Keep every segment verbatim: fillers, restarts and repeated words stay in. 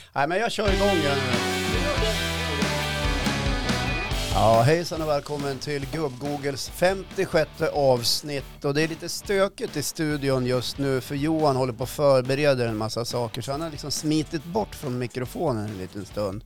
Nej, men jag kör igång här nu. Ja, hejsan och välkommen till Gubb-Googles femtiosjätte avsnitt. Och det är lite stökigt i studion just nu för Johan håller på att förbereda en massa saker. Så han har liksom smitit bort från mikrofonen en liten stund.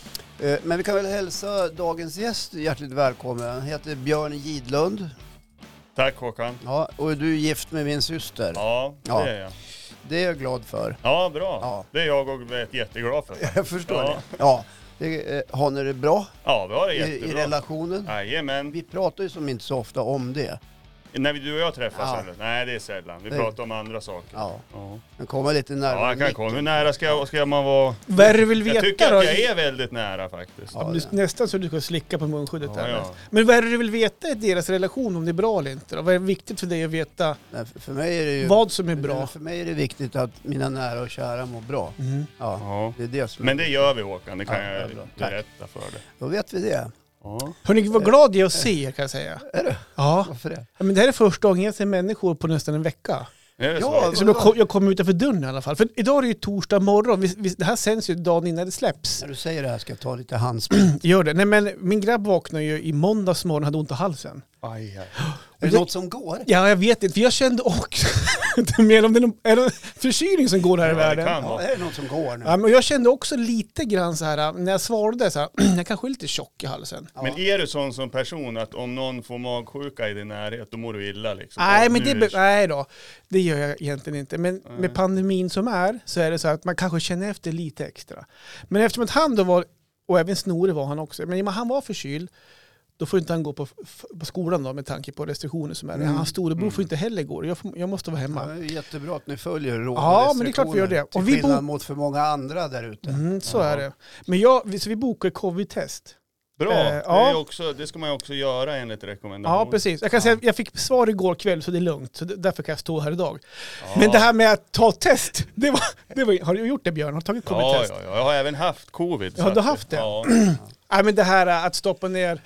Men vi kan väl hälsa dagens gäst hjärtligt välkommen. Han heter Björn Gidlund. Tack Håkan. Ja, och du är gift med min syster. Ja, det ja. är jag. Det är jag glad för. Ja, bra. Ja. Det är jag och vet jätteglad för. Jag förstår ja. det. Ja. Det, har ni det bra? Ja, vi har det jättebra. I, i relationen? Jajamän. Vi pratar ju som inte så ofta om det. När vi, du och jag träffas ja. eller? Nej, det är sällan. Vi det... pratar om andra saker. Ja. ja. Men kommer lite närmare. Ja, jag kan komma. Hur nära ska, ska man vara? Vad du vill veta jag tycker då? att jag är väldigt nära faktiskt. Ja, du, nästan så du ska slicka på munskyddet ja, här. Ja. Men vad är det du vill veta i deras relation, om det är bra eller inte? Då? Vad är viktigt för dig att veta? Nej, för, för mig är det ju, vad som är bra? För mig är det viktigt att mina nära och kära mår bra. Mm. Ja, ja. Det är det som Men det gör vi Håkan, det kan ja, jag berätta för dig. Då vet vi det. Ja. Hörrni, vad glad jag att se kan jag säga. Är du? Ja. Varför det? Ja, men det här är första gången jag ser människor på nästan en vecka. Är det ja, så? Så jag, kom, jag kom utanför dörren i alla fall. För idag är det ju torsdag morgon. Vi, vi, det här sänds ju dagen innan det släpps. När du säger det här ska jag ta lite handsprit. Gör det. Nej, men min grabb vaknade ju i måndags morgon och hade ont i halsen. Aj, aj. Är det, det något som går? Ja, jag vet inte. För jag kände också... men om det är, någon, är det förkylning som går här ja, i världen? Det ja, är det något som går nu? Ja, men jag kände också lite grann så här, när jag svarade så här, jag kanske är lite tjock i halsen. Ja. Men är du sån som person att om någon får magsjuka i din närhet, då mår du illa liksom? Nej, men det, är... nej då. Det gör jag egentligen inte. Men nej. Med pandemin som är, så är det så att man kanske känner efter lite extra. Men eftersom att han då var, och även Snore var han också, men han var förkyld, då får inte han gå på, på skolan då, med tanke på restriktioner som är. Mm. Hans storebror mm. får inte heller gå. Jag, får, jag måste vara hemma. Ja, det är jättebra att ni följer råd och ja, restriktioner. Men det är klart vi gör det. Och vi bo- mot för många andra där ute. Mm, så ja. är det. Men jag, så vi bokar covid-test. Bra, eh, det, ja. är också, det ska man ju också göra enligt rekommendation. Ja, precis. Jag kan ja. säga jag fick svar igår kväll så det är lugnt. Så därför kan jag stå här idag. Ja. Men det här med att ta test, det var, det var, har du gjort det Björn? Har du tagit covid-test? Ja, ja, ja, jag har även haft covid. Ja, du har haft det? Ja. Nej, men det här att stoppa ner...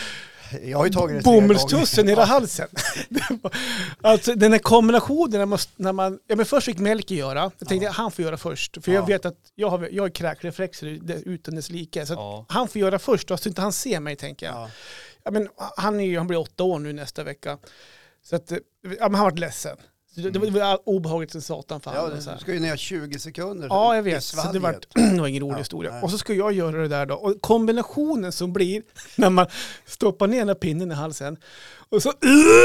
Jag har ju tagit det bomullstussen i halsen. Alltså den här kombinationen när man, när man ja men först fick Melker göra. Jag tänkte ja. han får göra först för ja. jag vet att jag har jag har kräkreflexer utan dess like så ja. han får göra först så att inte han ser mig tänker jag. Ja. Ja, men han är ju han blir åtta år nu nästa vecka. Så att ja, men han var ledsen. Det, det var obehagligt som satan för ja, honom. Du ska ju ner tjugo sekunder. Ja, jag vet. Så det var, det var ingen rolig ja, historia. Nej. Och så ska jag göra det där då. Och kombinationen som blir när man stoppar ner den här pinnen i halsen. Och så...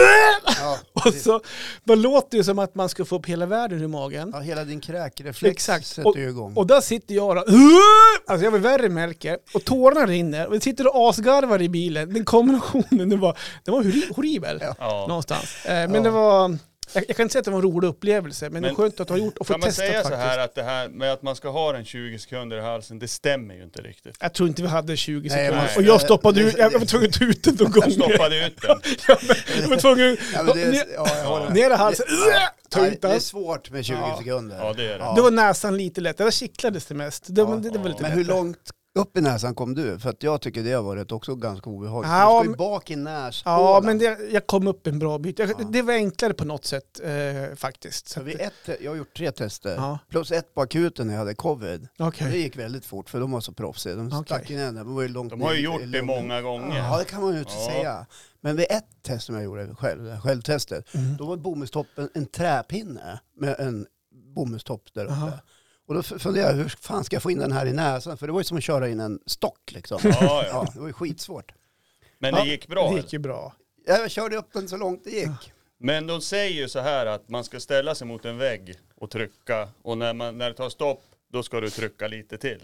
Ja, och så man låter det som att man ska få upp hela världen ur magen. Ja, hela din kräkreflex Exakt. sätter och, igång. Och där sitter jag då. Alltså jag var värre Melker. Och tårarna rinner. Och vi sitter och asgarvar i bilen. Den kombinationen, den var, den var horribel. Ja. Någonstans. Men ja. det var... Jag, jag kan inte säga att det var en rolig upplevelse, men, men det är skönt att du har gjort och få testat faktiskt. Kan man säga så här att det här med att man ska ha den tjugo sekunder i halsen, det stämmer ju inte riktigt. Jag tror inte vi hade tjugo nej, sekunder. Nej, och jag stoppade ut, jag var tvungen att ut den någon gång. Jag stoppade ut den. jag var tvungen ja, men det är, ner, ja, ja. ner i halsen. Det, nej, det är svårt med tjugo ja. sekunder. Ja, det är det. Ja. Det var näsan lite lätt. Det kittlades det mest. Det, ja. det, det var lite men lätt. hur långt upp i näsan kom du? För att jag tycker det har varit också ganska obehagligt. Ja, du ska ju bak i näshålan. Ja, men det, jag kom upp en bra bit. Jag, ja. Det var enklare på något sätt eh, faktiskt. Så vi ett, jag har gjort tre tester. Ja. Plus ett på akuten när jag hade covid. Okay. Det gick väldigt fort för de var så proffsiga. De stack okay. in den. De var ju långt de har ju gjort i, det många gånger. Ja, det kan man ju inte ja. säga. Men vid ett test som jag gjorde själv, självtestet, mm. då var bomullstoppen en träpinne med en bomullstopp där uppe. Aha. Och då funderade jag, hur fan ska jag få in den här i näsan? För det var ju som att köra in en stock liksom. Ja, ja. Ja, det var ju skitsvårt. Men det gick bra? Det gick ju bra. Jag körde upp den så långt det gick. Ja. Men de säger ju så här att man ska ställa sig mot en vägg och trycka. Och när, man, när det tar stopp, då ska du trycka lite till.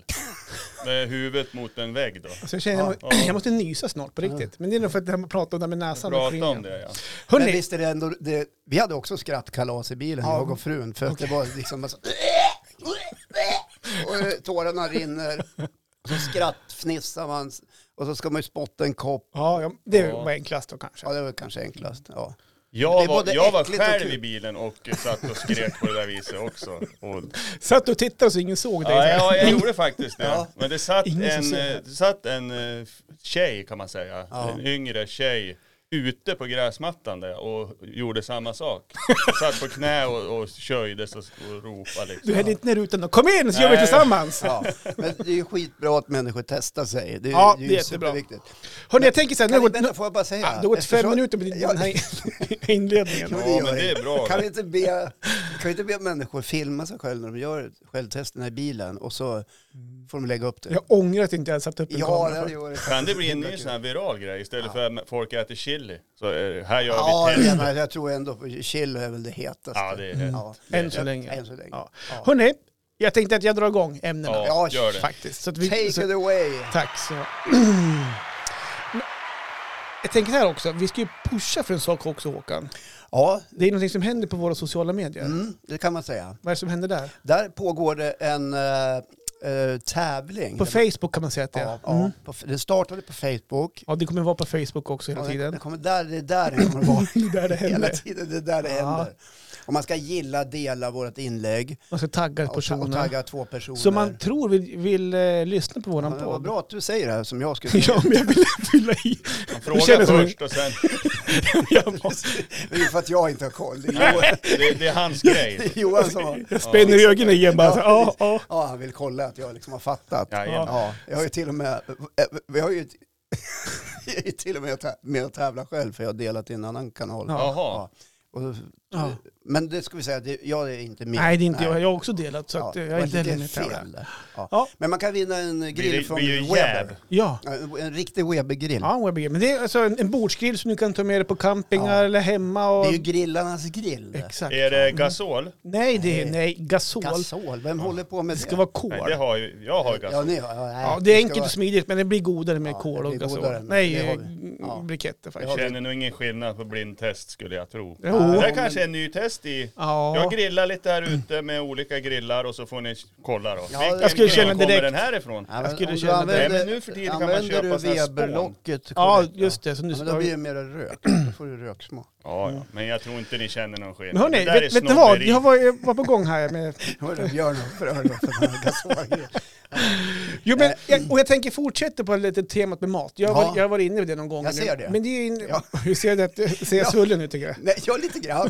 Med huvudet mot en vägg då. Alltså jag, känner, ja. jag måste nysa snart på riktigt. Men det är nog för att jag pratar om det med näsan. Prata om det, ja. Hörrni. Men visst är det ändå, det, vi hade också skrattkalas i bilen, ja. jag och frun. För okay. att det var liksom... Alltså, och tårarna rinner. Och så skrattfnissar man. Och så ska man ju spotta en kopp. Ja, ja det ja. var enklast då kanske. Ja, det var kanske enklast, ja. Jag var, jag var själv i bilen och satt och skrek på det där viset också. Och... Satt och tittade så ingen såg dig? Ja, ja, jag gjorde faktiskt det. Ja. Men det satt en, det satt en tjej kan man säga. Ja. En yngre tjej ute på gräsmattan där och gjorde samma sak. Jag satt på knä och, och köjdes och, och ropade. Liksom. Du hällde inte ner utan kom in så gör vi tillsammans. Ja, men det är ju skitbra att människor testar sig. Det är, ja, det är, det är ju jättebra. superviktigt. Hörrni, jag tänker så här, nu, Kan vi, nu, får jag bara säga? ja, det har gått fem Eftersom- minuter med Ja, den här inledningen. Jo, Ja, gör men det är bra. Kan vi inte be, kan vi inte be människor filma sig själva när de gör självtesterna i bilen och så får de lägga upp det? Jag ångrar att inte jag satt upp en Ja, kamera. det hade ju varit... Kan det bli en ny sån här viral grej istället Ja. för att folk äter chili? Så eh, här gör Ja, vi test. jag, jag tror ändå på chili är väl det hetaste. Ja, det är Mm. Ja, Än så länge. Än så länge. Ja. Ja. Hörrni, jag tänkte att jag drar igång ämnena. Ja, Ja, gör det. Faktiskt. Så att vi, Take så, it away. tack så. Jag tänker här också, vi ska ju pusha för en sak också, Håkan. Ja, Det är någonting som händer på våra sociala medier. mm, det kan man säga. Vad är det som händer där? Där pågår det en uh, tävling. På Facebook kan man säga att det är. Ja, Mm. ja, på, den startade på Facebook. Ja, det kommer vara på Facebook också hela Ja, det, tiden. det, kommer där, det är där det kommer att vara. Det är där det Hela händer. tiden, det är där det Ja. händer. Och man ska gilla, dela vårt inlägg. Man ska tagga Och, ta- och personer. tagga två personer. Som man tror vill, vill uh, lyssna på Ja, våran men vad podd. bra att du säger det här som jag skulle Ja, men jag vill fylla i. Man Det känns frågar som- först och sen... Jag, bara- Det är för att jag inte har koll. Det är Johan, Nej, det, det är hans grej. det är Johan som har... jag spänner ögonen igen bara. Så, ja, ja. Ja, han vill kolla att jag liksom har fattat. Ja, Ja. Ja, jag har ju till och med... Vi har ju... Jag är ju till och med tä- med att tävla själv för jag har delat i en annan kanal. Ja. Jaha. Ja. Och, Ja. Men det ska vi säga, det, jag är inte med. Nej, det är inte jag. Jag har också delat. Så att, Ja, jag det är var inte lite heller med i tävlan. fel där. Ja. Ja. Men man kan vinna en grill Blir det- från blir ju Weber. jäv. Ja. Ja, En, en riktig Weber-grill. Ja, Weber. Men det är alltså en, en bordsgrill som du kan ta med dig på campingar Ja. eller hemma. Och... Det är ju grillarnas grill. det. Exakt. Är det gasol? Nej, det är nej, gasol. Gasol, vem håller på med Det det? ska vara kol. Nej, det har ju, jag har ju Ja, gasol. ni, ja, nej, Ja, det är ska enkelt vara- och smidigt, men det blir godare med Ja, kol det och blir gasol. godare, men Nej, det har eh, vi. Ja. briketter Det faktiskt. har Jag vi. känner nog ingen skillnad på blindtest skulle jag tro. Jo. Det Ja, är kanske är en ny test i... Ja. Jag grillar lite här ute med olika grillar och så får ni kolla då. Ja, Vilken jag skulle grill känna kommer direkt- den här ifrån? Ja, men skulle om du känna det. använder- Nej, men nu för tiden kan man använder köpa du sån här spån. Weberlocket Ja, korrekt, just det. Som du Ja, men då blir det mera rök. Då får du röksmak. Ja, ja, men jag tror inte ni känner någon skillnad. Men hörni, Det där är vet, vet ni vad? snobberi. Jag var, jag var på gång här med... Då är det Björn och Fröl då, för den här gasolgrejen. Jo, men, jag, och jag tänker fortsätta på lite temat med mat. Jag var, Ja. jag var inne på det någon gång. Jag ser nu. det. Men det är in, Ja. Hur ser det? Ser jag Ja. svullen ut tycker jag? Nej, jag lite grann.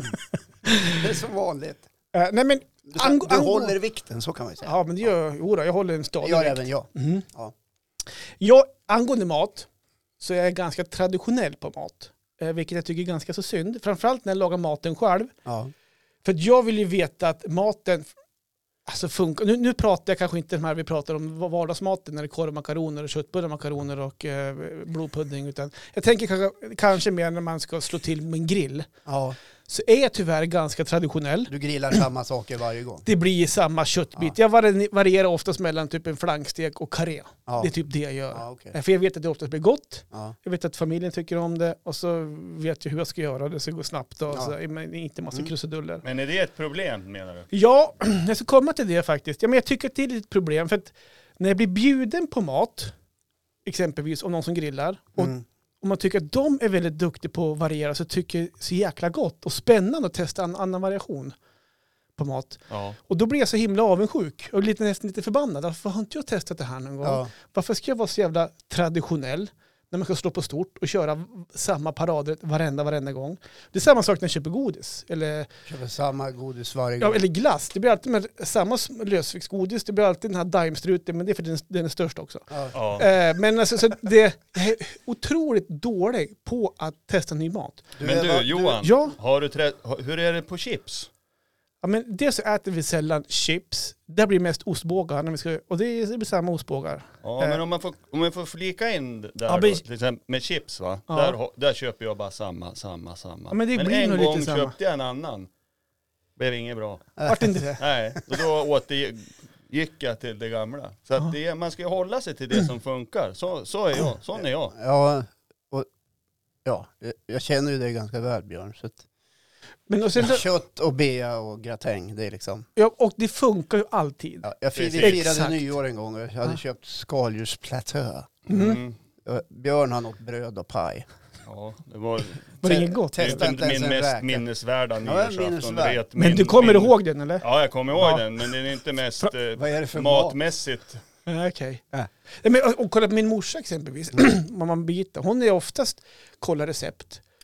Det är som vanligt. Uh, nej, men... Du, Ang- du ang- håller vikten, så kan man ju säga. Ja, men det gör jo, då, jag håller en Det stadig gör vikt. även jag. Mm. Ja. Jag, angående mat, så är jag ganska traditionell på mat. Eh, vilket jag tycker är ganska så synd. Framförallt när jag lagar maten själv. Ja. För att jag vill ju veta att maten alltså funkar. Nu, nu pratar jag kanske inte de här vi pratar om vardagsmaten, när det är korv, makaroner och köttbullar, makaroner och eh, blodpudding. Utan jag tänker kanske, kanske mer när man ska slå till med en grill. Ja, Så är jag tyvärr ganska traditionell. du grillar samma saker varje gång. Det blir samma köttbit. Ja. Jag vari- varierar oftast mellan typ en flankstek och karré. Ja. Det är typ det jag gör. Ja, okej. Eh, För jag vet att det oftast blir gott. Ja. Jag vet att familjen tycker om det och så vet jag hur jag ska göra. Det ska gå snabbt och Ja. så, men inte massa Mm. krusiduller. Men är det ett problem menar du? Ja, jag ska komma till det faktiskt. Ja, men jag tycker att det är ett problem för att när jag blir bjuden på mat, exempelvis om någon som grillar, och Mm. om man tycker att de är väldigt duktiga på att variera så tycker jag det är så jäkla gott och spännande att testa en annan variation på mat. Ja. Och då blir jag så himla avundsjuk och lite, nästan lite förbannad. Varför har inte jag testat det här någon gång? Ja. Varför ska jag vara så jävla traditionell när man ska slå på stort och köra samma parader varenda, varenda gång? Det är samma sak när jag köper godis. Eller, Köper samma godis varje gång. ja, eller glass. Det blir alltid med samma lösviktsgodis. Det blir alltid den här daimstruten, men det är för att den, den är störst också. Ja. Ja. Eh, men alltså, så det, jag är otroligt dålig på att testa ny mat. Du Men är- du va- Johan, Ja. har du trä- har- hur är det på chips? Ja, men dels så äter vi sällan chips. Där blir det mest ostbågar. När vi ska, och det är, det blir samma ostbågar. Ja, Eh. men om man får, om man får flika in där Ja, då, men- till exempel med chips va? Ja. Där, har- där köper jag bara samma, samma, samma. Ja, men det blir en nog lite gång samma. köpte jag en annan. Blev inget bra. Vart inte det? Nej, och då återgick jag till det gamla. Så att det, man ska ju hålla sig till det som funkar. Så, så är jag, sån är jag. Ja, och, ja, jag känner ju dig ganska väl Björn. Så att, Men och, sen, så- kött och bea och gratäng, det är liksom... ja, och det funkar ju alltid. Ja, jag fir, vi Precis. firade Exakt. nyår en gång och jag hade Ja. köpt skaldjursplatö. Mm. Mm. Björn har något bröd och paj. Ja, det var Var det inget gott? det är Testa inte inte ens min en mest räka. minnesvärda Ja, nyårsafton. minnesvärd. Du vet, Men min- du kommer min- ihåg den eller? Ja, jag kommer ihåg Ja. den, men den är inte mest eh, Vad är det för mat? matmässigt. Ja, okej. Ja. Ja, men, och, och kolla på min morsa exempelvis, mamma Birgitta, hon är oftast kolla recept.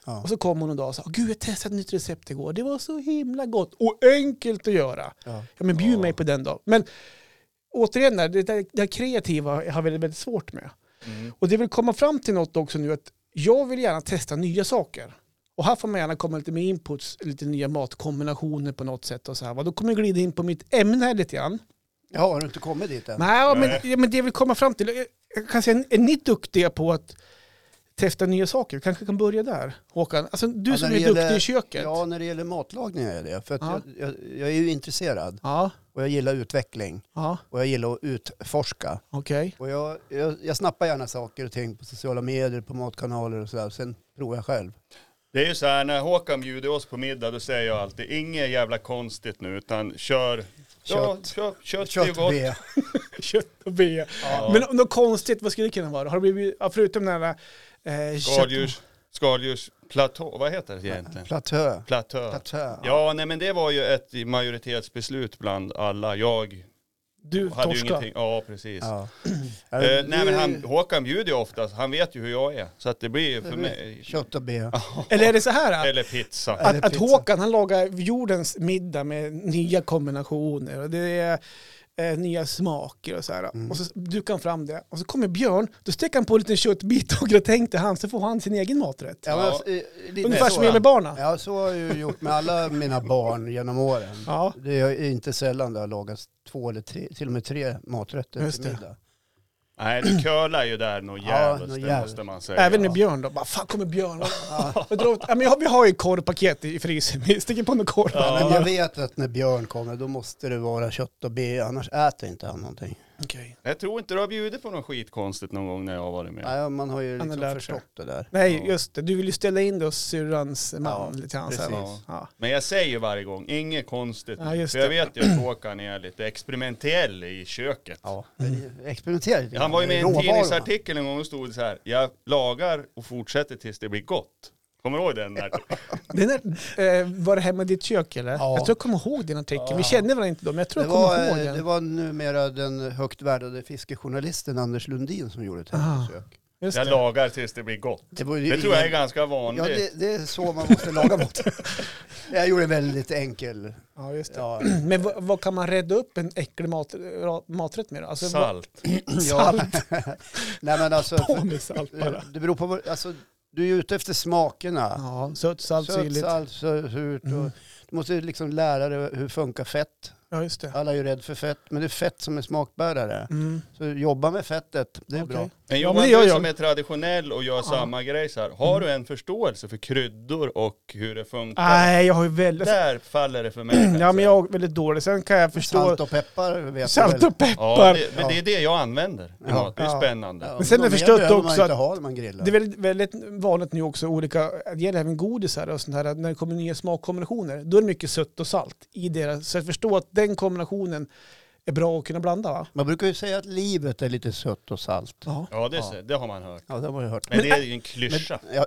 Ja. Och så kom hon en dag och sa, gud jag testade ett nytt recept igår. Det var så himla gott och enkelt att göra. Ja. Ja, men bjud Ja. mig på den då. Men återigen, där, det, där, det kreativa jag har väldigt, väldigt svårt med. Mm. Och det vill komma fram till något också nu att jag vill gärna testa nya saker. Och här får man gärna komma lite med inputs, lite nya matkombinationer på något sätt och så här. Va? Då kommer jag glida in på mitt ämne här lite grann. Ja, har du inte kommit dit än? Nej, men, Nej. ja, men det jag vill komma fram till, jag- jag kan säga, är ni duktiga på att testa nya saker? Kanske kan börja där, Håkan. Alltså du Ja, som när är det duktig gäller- i köket. Ja, när det gäller matlagning är jag det. För att Ja. jag, jag, jag är ju intresserad Ja, och jag gillar utveckling ja, och jag gillar att utforska. okej. Och jag, jag, jag snappar gärna saker och ting på sociala medier, på matkanaler och sådär. Sen provar jag själv. Det är ju så här, när Håkan bjuder oss på middag, då säger jag alltid, inget jävla konstigt nu, utan kör... Ja, Kött. kött, kött, är ju Kött gott. B. Kött och B. Ja. Men något konstigt, vad skulle det kunna vara? Har det blivit, ja, förutom den där... Eh, Skaldjurs, skaldjursplatå, vad heter det egentligen? Platö. Platö. Platö. Ja, nej men det var ju ett majoritetsbeslut bland alla. Jag Du hade ju torska. ingenting. Ja, precis. Ja. Eh, nej men han, Håkan bjuder ju oftast, han vet ju hur jag är. Så att det blir ju för mig... Kött och B. Eller är det så här? Eller pizza. Eller Att, att pizza. Håkan han lagar jordens middag med nya kombinationer och det är eh, nya smaker och så här. Mm. Och så dukar han fram det. Och så kommer Björn, då steker han på en liten köttbit och gratäng till han, så får han sin egen maträtt. Ja, men, Ja. eh, lite Ungefär så, som jag med barna. Ja, så har jag ju gjort med alla mina barn genom åren. Ja. Det är inte sällan det har lagats två eller tre, till och med tre maträtter Just till det. middag. Nej, du curlar ju där något Ja, jävligt, något det jävligt. måste man säga. Även med Ja. Björn då. Bara, fan kommer Björn? Ja. Jag drar åt- ja, men jag, vi har ju korvpaket i frysen. Vi sticker på något korv. Ja. Men jag vet att när Björn kommer då måste det vara kött och B, annars äter inte han någonting. Okej. Jag tror inte du har bjudit på något skitkonstigt någon gång när jag har varit med. Nej, man har ju Han har liksom lärt sig. förstått det där. Nej, Ja. just det. Du vill ju ställa in dig hos syrrans man Ja, lite grann. så här, precis. va? Ja. Men jag säger ju varje gång, inget konstigt. Ja, just För jag det. vet ju att Håkan är lite experimentell i köket. Ja, experimentera lite Han var ju med i en råvarorna. tidningsartikel en gång och stod det så här, jag lagar och fortsätter tills det blir gott. Kommer du ihåg den där? Den är, eh, var det hemma i ditt kök eller? Ja. Jag tror jag kommer ihåg den artikeln. Ja. Vi kände varandra inte då, men jag tror Det jag kommer var, ihåg eh, den. det var numera den högt värdade fiskejournalisten Anders Lundin som gjorde ett Aha. hembesök. Just Jag det. lagar tills det blir gott. Det, var ju Det tror jag är ingen- ganska Ja, vanligt. det, det är så man måste laga mat. Jag gjorde en väldigt enkel. Ja, just det. Ja, Men vad, vad kan man rädda upp en äcklig mat, ra- maträtt med då? Alltså, Salt. ja. Salt. Nej men alltså, På för, med salt bara. det beror på, vad- alltså, du är ju ute efter smakerna. Ja, sött, salt, Sött, syrligt. salt, sö- surt. Mm. Och du måste liksom lära dig hur funkar fett. Ja, just det. Alla är ju rädda för fett, men det är fett som är smakbärare. Mm. Så jobba med fettet, det är Okej. bra. Men Ja, Johan, men det gör du jag. som är traditionell och gör samma grej så här. Har du en förståelse för kryddor och hur det funkar? Nej, jag har ju väldigt... Där faller det för mig. kan Ja, jag men säga. jag är väldigt dålig. Sen kan jag förstå... Salt och peppar vet jag Salt väl. och peppar. Ja, det, men det är det jag använder. i Ja. mat. Det är Ja. spännande. Ja, Men sen har jag de förstått behöver också man inte att- ha när man grillar. Det är väldigt, väldigt vanligt nu också, olika, det gäller även godisar och sånt här, att när det kommer nya smakkombinationer, då är det mycket sött och salt i deras. Så jag förstår att den kombinationen är bra att kunna blanda, va? Man brukar ju säga att livet är lite sött och salt. Ja. Ja, det, är Ja. så- det har man hört. Ja, det har man ju hört. Men, Men- det är ju en klyscha. Ja,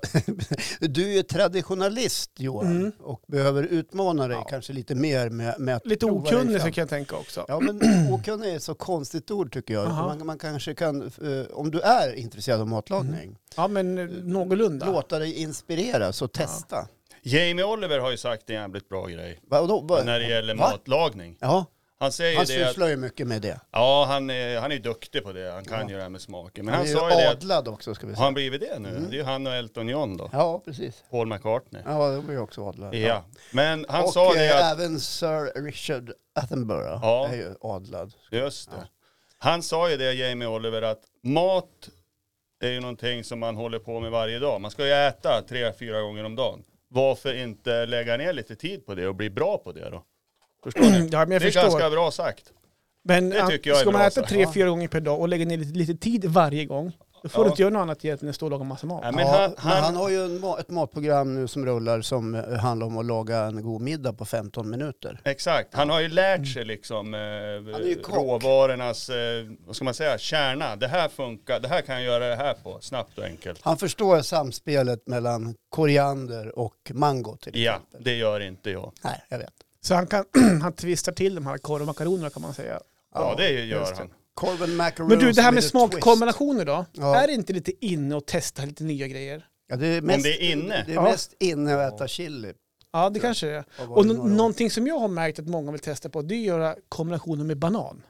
du är ju traditionalist Johan Mm. och behöver utmana dig Ja. kanske lite mer med, med att Lite prova dig okunnig så fram. kan jag tänka också. Ja, men okunnig är ett så konstigt ord tycker jag. Aha. Man, man kanske kan, eh, om du är intresserad av matlagning, Ja, men eh, någorlunda. låta dig inspireras och testa. Jamie Oliver har ju sagt en jävligt bra grej Va, då, va, när det gäller va? matlagning. Ja, Han säger han det att, sysslar ju mycket med det. ja han är, han är duktig på det, han kan Ja. ju det här med smaken. Men Han han, är ju sa ju det att, adlad också ska vi har säga. han blivit det nu? Mm. Det är ju han och Elton John då, Ja, precis. Paul McCartney. Ja, de är ju också adlad. Ja, men han och sa det eh, att, även Sir Richard Attenborough Ja. är ju adlad. just det. Ja. Han sa ju det, Jamie Oliver, att mat är ju någonting som man håller på med varje dag. Man ska ju äta tre, fyra gånger om dagen. Varför inte lägga ner lite tid på det och bli bra på det då? Förstår ni? Ja, men jag Det är förstår. ganska bra sagt. Men det an- tycker jag är ska man bra äta sagt. tre, Ja. fyra gånger per dag och lägga ner lite, lite tid varje gång, då får Ja. du inte göra något annat egentligen än att stå och laga massa mat. Nej, men ja, han- men han- han har ju en, ma- ett matprogram nu som rullar som eh, handlar om att laga en god middag på femton minuter. Exakt, han har ju lärt sig liksom eh, är ju kock. råvarornas, eh, vad ska man säga, kärna. Det här funkar, det här kan jag göra det här på, snabbt och enkelt. Han förstår samspelet mellan koriander och mango till Ja, exempel. det gör inte jag. Nej, jag vet. Så han, kan, han twistar till de här korv och makaronerna kan man säga. Ja, det gör just det. han. Korven macarons Men du, det här med with a twist. smakkombinationer då? Ja. Är det inte lite inne att testa lite nya grejer? Ja, det är mest, Om det är inne. Det är Ja. mest inne att äta chili. Ja, det kanske det är. Har varit Och några no- år. någonting som jag har märkt att många vill testa på, det är att göra kombinationer med banan.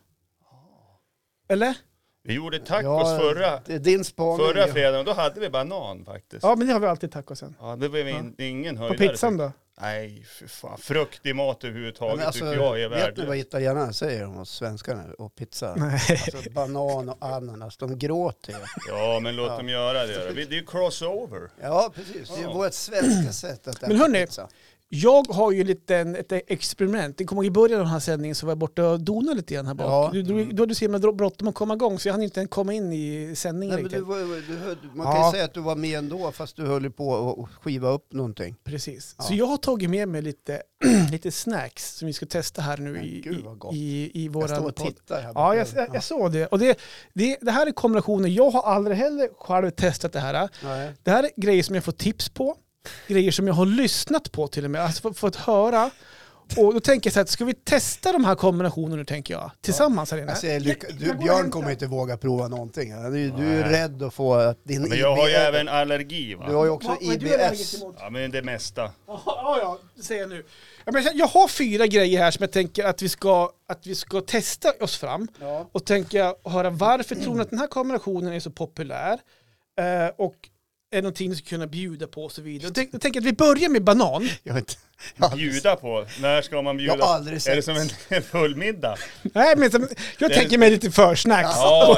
Eller? Vi gjorde tacos Ja, förra, Det är din spaning. förra ja. fredagen och då hade vi banan faktiskt. Ja, men det har vi alltid tacosen. Ja, det blev in, ingen På höjdare. pizzan då? Nej, för fan. Fruktig mat överhuvudtaget Men alltså, tycker jag är vet du vad värdelös. italienarna säger om oss svenskarna och pizza? Nej. Alltså, banan och ananas, de gråter ju. Ja, men låt Ja. dem göra det. då. Vi- Det är ju crossover. Ja, precis. Det är Ja. vårt svenska sätt att äta Men hörni, pizza. Jag har ju en liten, ett experiment. Det kommer i början av den här sändningen så var jag borta och donade lite grann här bak. Ja. Du, du, du hade så himla bråttom att komma igång så jag hann inte komma in i sändningen Nej, men du, riktigt. var- du, hör- man kan ju Ja. säga att du var med ändå fast du höll ju på att skiva upp någonting. Precis. Ja. Så jag har tagit med mig lite, lite snacks som vi ska testa här nu Men i, gud, vad gott. i, i, i Jag våran står och podd. tittar här. Ja, jag, borta. jag, jag såg det. Och det, det. Det här är kombinationer. Jag har aldrig heller själv testat det här. Nej. Det här är grejer som jag får tips på. Grejer som jag har lyssnat på till och med. Alltså fått, fått höra. Och då tänker jag så här, ska vi testa de här kombinationerna tycker jag. Tillsammans här inne. Jag säger, lycka, Jag- du, jag går och Björn hämtar. kommer inte våga prova någonting. Du, du är Nej. rädd att få att din Men jag har ju I B S även allergi va? Du har ju också Vad- vad är du allergisk I B S. emot? Ja, men det mesta. Ja, ja, det säger jag nu. Jag, menar, jag har fyra grejer här som jag tänker att vi ska, att vi ska testa oss fram. Ja. Och tänka höra varför tror ni att den här kombinationen är så populär? Eh, och är någonting ni ska kunna bjuda på och så vidare. Jag, tänk, jag tänker att vi börjar med banan. Jag, vet, jag, har aldrig, Bjuda på? När ska man bjuda? jag har aldrig Är det sett. som en, en fullmiddag? Nej, men som- jag Det- tänker mig lite försnacks. Ja.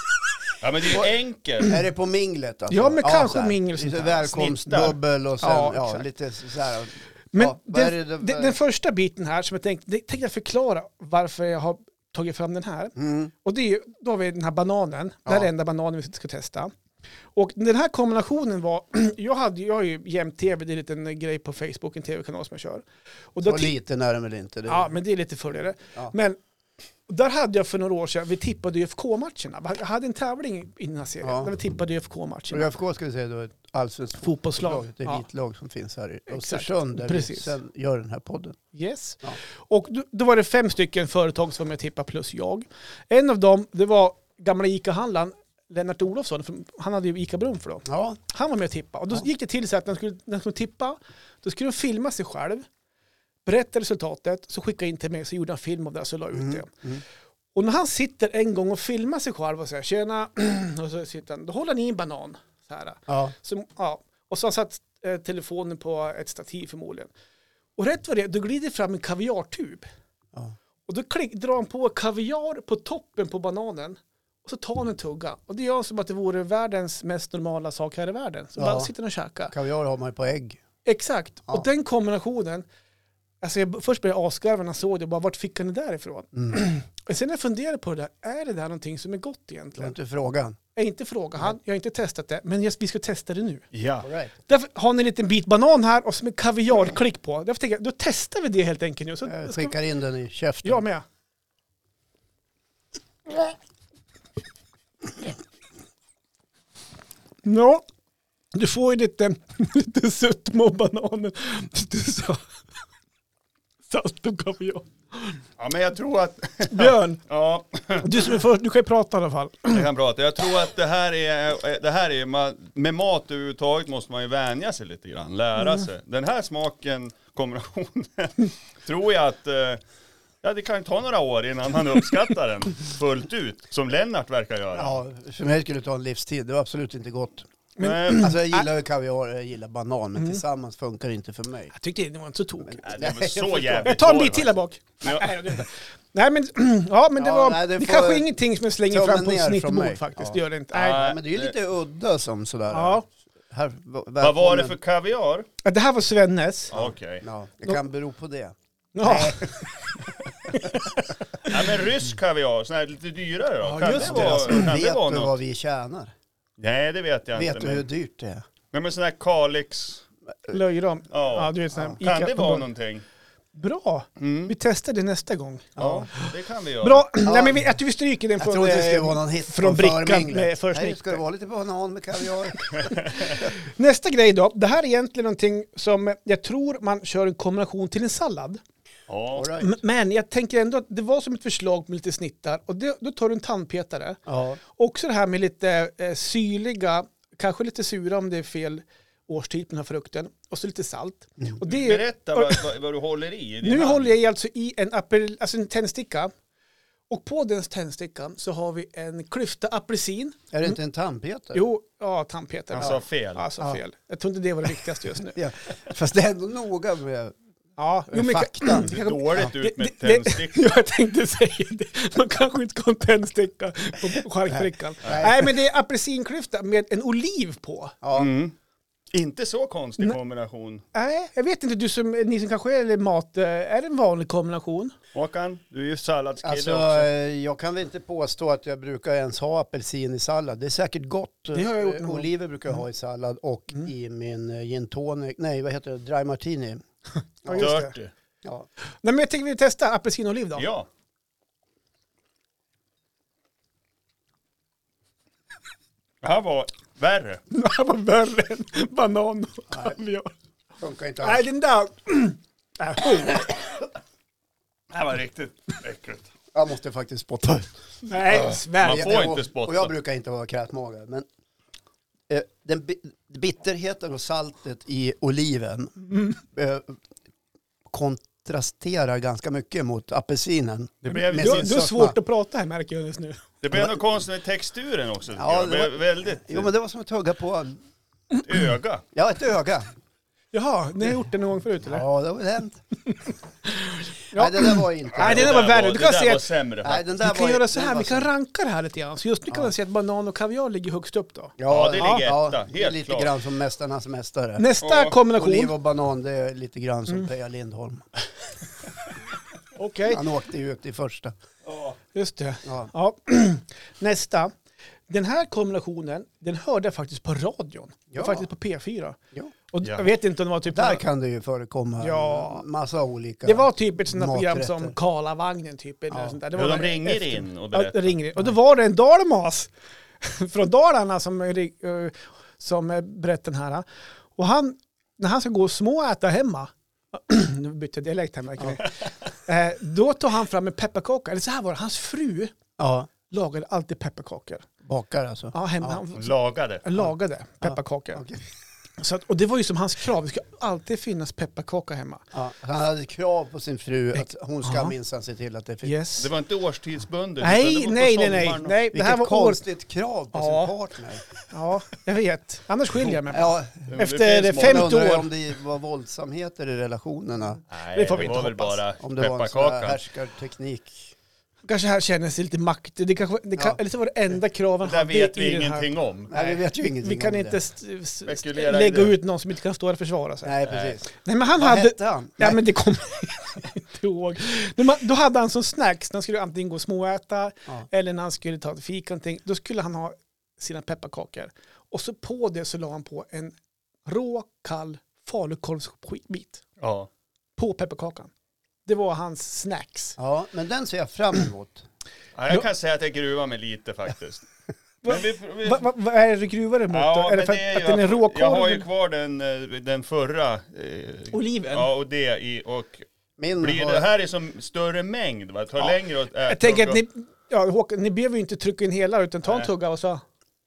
Ja, men det är ju enkelt. Är det på minglet alltså? Ja, men kanske så här. mingel sånt Lite där. välkomstbubbel och sen Ja, ja, exakt. lite så här. Men ja, vad är den, det- den, den första biten här som jag tänkte, det tänkte jag förklara varför jag har tagit fram den här. Mm. Och det är, ju- då har vi den här bananen. Det här Ja. är enda bananen vi ska testa. Och den här kombinationen var, jag, hade, jag har ju jämt-tv, det är en liten grej på Facebook, en tv-kanal som jag kör. Och då Så ti- lite närmare inte. Det. Ja, men det är lite följare. Ja. Men där hade jag för några år sedan, vi tippade F K-matcherna. Jag hade en tävling i den här serien, Ja. där vi tippade F Och K-matcherna. F K ska vi säga då ett allsvenskt Fotbollslag. ett Ja. elitlag som finns här i Exakt. Östersund där Precis. vi sen gör den här podden. Yes. Ja. Och då, då var det fem stycken företag som var med och tippade plus jag. En av dem, det var gamla ICA-handlaren Lennart Olofsson, för han hade ju ICA Brunflo då. Ja, Han var med och tippade. Och då Ja. gick det till så att när de skulle, när de skulle tippa, då skulle de filma sig själv, berätta resultatet, så skicka in till mig, så gjorde han film av det och så la ut det. mm. Och när han sitter en gång och filmar sig själv och säger tjena, och så sitter han, då håller han i en banan. Så här. ja. Så, ja. Och så har han satt eh, telefonen på ett stativ förmodligen. Och rätt vad det är, då glider fram en kaviartub. Ja. Och då klick, drar han på kaviar på toppen på bananen. Och så tar han en tugga. Och det gör som att det vore världens mest normala sak här i världen. Så Ja. bara sitter han och käkar. Kaviar har man ju på ägg. Exakt. Ja. Och den kombinationen, alltså jag, först började jag asgarva när jag såg det, och bara vart fick han det därifrån? Mm. Och sen när jag funderade på det där, är det där någonting som är gott Det var egentligen? inte frågan. Jag har inte frågat han, jag har inte testat det, men just, vi ska testa det nu. Ja. All right. Därför har ni en liten bit banan här och som en kaviarklick på. Därför tänker jag, då testar vi det helt enkelt nu. Så Jag ska skickar in den i käften. jag med. Ja, du får ju lite, lite sötma av bananen. Lite så. Salt och kaviar. Ja, men jag tror att... Björn, Ja, du som är först, du kan ju prata i alla fall. jag kan prata. Jag tror att det här är... Det här är ma- med mat överhuvudtaget måste man ju vänja sig lite grann. Lära Mm. sig. Den här smaken, kombinationen, tror jag att... eh, Ja, det kan ta några år innan man uppskattar den fullt ut. Som Lennart verkar göra. Ja, för mig skulle det ta en livstid. Det var absolut inte gott. Men, Alltså jag gillar ju kaviar, jag gillar banan, men Mm. tillsammans funkar det inte för mig. Jag tyckte det var inte så tokigt. nej, det är väl jag så förstår. jävligt Jag tar en dåligt. bit till här bak. Ja. Nej, det är inte. Nej, men, ja, men det Ja, var nej, det det får- kanske är ingenting som jag slänger tummen fram på ner en från snittbord mig. faktiskt. Ja. Det gör det inte. Ja. Nej. Ja, men det är ju lite udda som sådär. Ja. Här, Vad var det för kaviar? Ja, det här var Svennes. Okej. Ja, det kan bero på det. Ja, Ja, men rysk kaviar, sån här lite dyrare då? Ja, kan just det det, vara, alltså. kan Vet det vara du något? vad vi tjänar? Nej, det vet jag Vet inte. du hur Men, dyrt det är? nej, men sån här Kalix, löjrom. ja. Ja, du vet, sån här Kan Ica- det vara någonting? Bra. Mm. Vi testar det nästa gång. Ja, det kan vi göra. Bra. Nej, men vi, jag tror vi stryker den Jag från, tror inte det ska eh, vara någon hit från brickan förminglet. med först Nej, nick. ska det vara lite banan med kaviar? Nästa grej då. Det här är egentligen någonting som jag tror man kör en kombination till en sallad. Ja. All right. M- Men jag tänker ändå att det var som ett förslag med lite snittar. Och det, då tar du en tandpetare. Ja. Också det här med lite eh, syrliga, kanske lite sura om det är fel. årstid på den här frukten. Och så lite salt. Mm. Och det är, Berätta vad, vad, vad du håller i. i din nu hand. håller jag i alltså i en, apel, alltså en tändsticka. Och på den tändstickan så har vi en klyfta apelsin. Är det inte en tandpetare? Jo, ja, tandpetare. Han sa fel. Ja, så Ja. fel. Jag tror inte det var det viktigaste just nu. Ja. Fast det är ändå noga med Ja, jo, med men, fakta. Det ser dåligt Ja. ut med Det- det- tändstickor. Ja, jag tänkte säga det. Man kanske inte ska ha en tändsticka på charkbrickan. Nej. Nej, men det är apelsinklyfta med en oliv på. Ja. Mm. Inte så konstig kombination. Nej, jag vet inte, du som, ni som kanske är mat, eh, är det en vanlig kombination? Håkan, du är ju salladskille Alltså, också. eh, jag kan väl inte påstå att jag brukar ens ha apelsin i sallad. Det är säkert gott. Det har jag gjort någon Eh, gång. Oliver brukar jag ha i sallad och Mm. i min eh, gin tonic, nej vad heter det, dry martini. Ja, just det. Dirty. Ja. Nej, men jag tänker vi testa apelsin och oliv då. Ja. Det här var värre. Det här var värre än banan och kaviar. Funkar inte Nej, alls. den där... Äh, oh. Det här var riktigt äckligt. Jag måste faktiskt spotta ut. Nej, Man Sverige. får inte spotta. Och jag brukar inte vara krätmagad, men eh, den bi- bitterheten och saltet i oliven Mm. eh, kontrasterar ganska mycket mot apelsinen. Det blev, Med Du, sin du har sötma. svårt att prata här märker jag just nu. det blev något konstigt med texturen också. tycker Ja, jag. det Det var- blev väldigt Jo, men det var som att tugga på öga. ja, ett öga. Jaha, ni har gjort det någon gång förut eller? Ja, det var hänt. Ja. Nej, det där var inte. Nej, det Det där var värre. Du det kan där se var att- sämre. Nej, den Vi där kan var, göra så den här, var vi kan så- ranka det här lite grann. Så just nu kan man se att banan och kaviar ligger högst upp då. Ja, det ligger ja, etta, det är helt lite klart. grann som Mästarnas mästare. Nästa Ja, kombination. Oliv och banan, det är lite grann som Mm. Peja Lindholm. Okej, Han åkte ju ut i första. just det. Ja. Ja. Nästa. Den här kombinationen, den hörde jag faktiskt på radion. Ja. Faktiskt på P fyra. Ja. Och Ja. jag vet inte om det var typ... Där kan det ju förekomma Ja. massa olika Det var typ ett sånt där program maträtter. som Karlavagnen typ. Eller Ja. sånt där. Det Ja, var de väl ringer efter- in och Ja, berättar. det ringer in. Och då var det en dalmas från Dalarna som, ri- eh, som eh, berättade den här. Och han, när han ska gå och småäta hemma, nu bytte jag dialekt här märker ni. Eh, då tog han fram en pepparkaka. Eller så här var det, hans fru Ja, lagade alltid pepparkakor. bakar alltså. Ja, hemma. Ja. Han Lagade. lagade pepparkakor. Okej. Så att, och det var ju som hans krav, det ska alltid finnas pepparkaka hemma. Ja, han hade krav på sin fru att hon ska Ja. minsann se till att det finns. Yes. Det var inte årstidsbundet. Nej, utan det var på nej, nej, nej, sommaren och- nej. Det Vilket här var år... konstigt krav på Ja. sin partner. Ja, jag vet. Annars skiljer jag mig. Ja, Men det Efter finns fem- många- jag undrar år. om det var våldsamheter i relationerna. Nej, Det får vi var inte väl hoppas. bara Om det var en sån här pepparkakan. härskarteknik. Kanske här känner sig lite makt. Det kanske, det kan, Ja. Eller så var det enda kraven Det där hade vet i vi den här. ingenting om. Nej, vi vet ju ingenting Vi kan om inte det. st- s- Spekulera i lägga det. ut någon som inte kan stå där och försvara sig. Nej, Nej. precis. Nej, men han Vad hade... hette han? Ja, Nej. men det kommer jag inte ihåg. Men man, då hade han som snacks, när han skulle antingen gå och småäta Ja. eller när han skulle ta ett fika någonting, då skulle han ha sina pepparkakor. Och så på det så la han på en rå, kall falukorvsbit Ja. på pepparkakan. Det var hans snacks. Ja, men den ser jag fram emot. Ja, jag kan säga att jag gruvar mig lite faktiskt. Men vi, vi, Vad va, va är det du gruvar emot ja, då? Är men det för det är att, ju att den är att- råkorv? Jag har ju kvar den, eh, den förra. eh, Oliven? Ja, och det i. Och Min blir har- det här är som större mängd, va? Det tar Ja. längre att äta. Jag tänker att och- ni, ja, Håkan, ni behöver ju inte trycka in hela utan ta en Nej. tugga och så.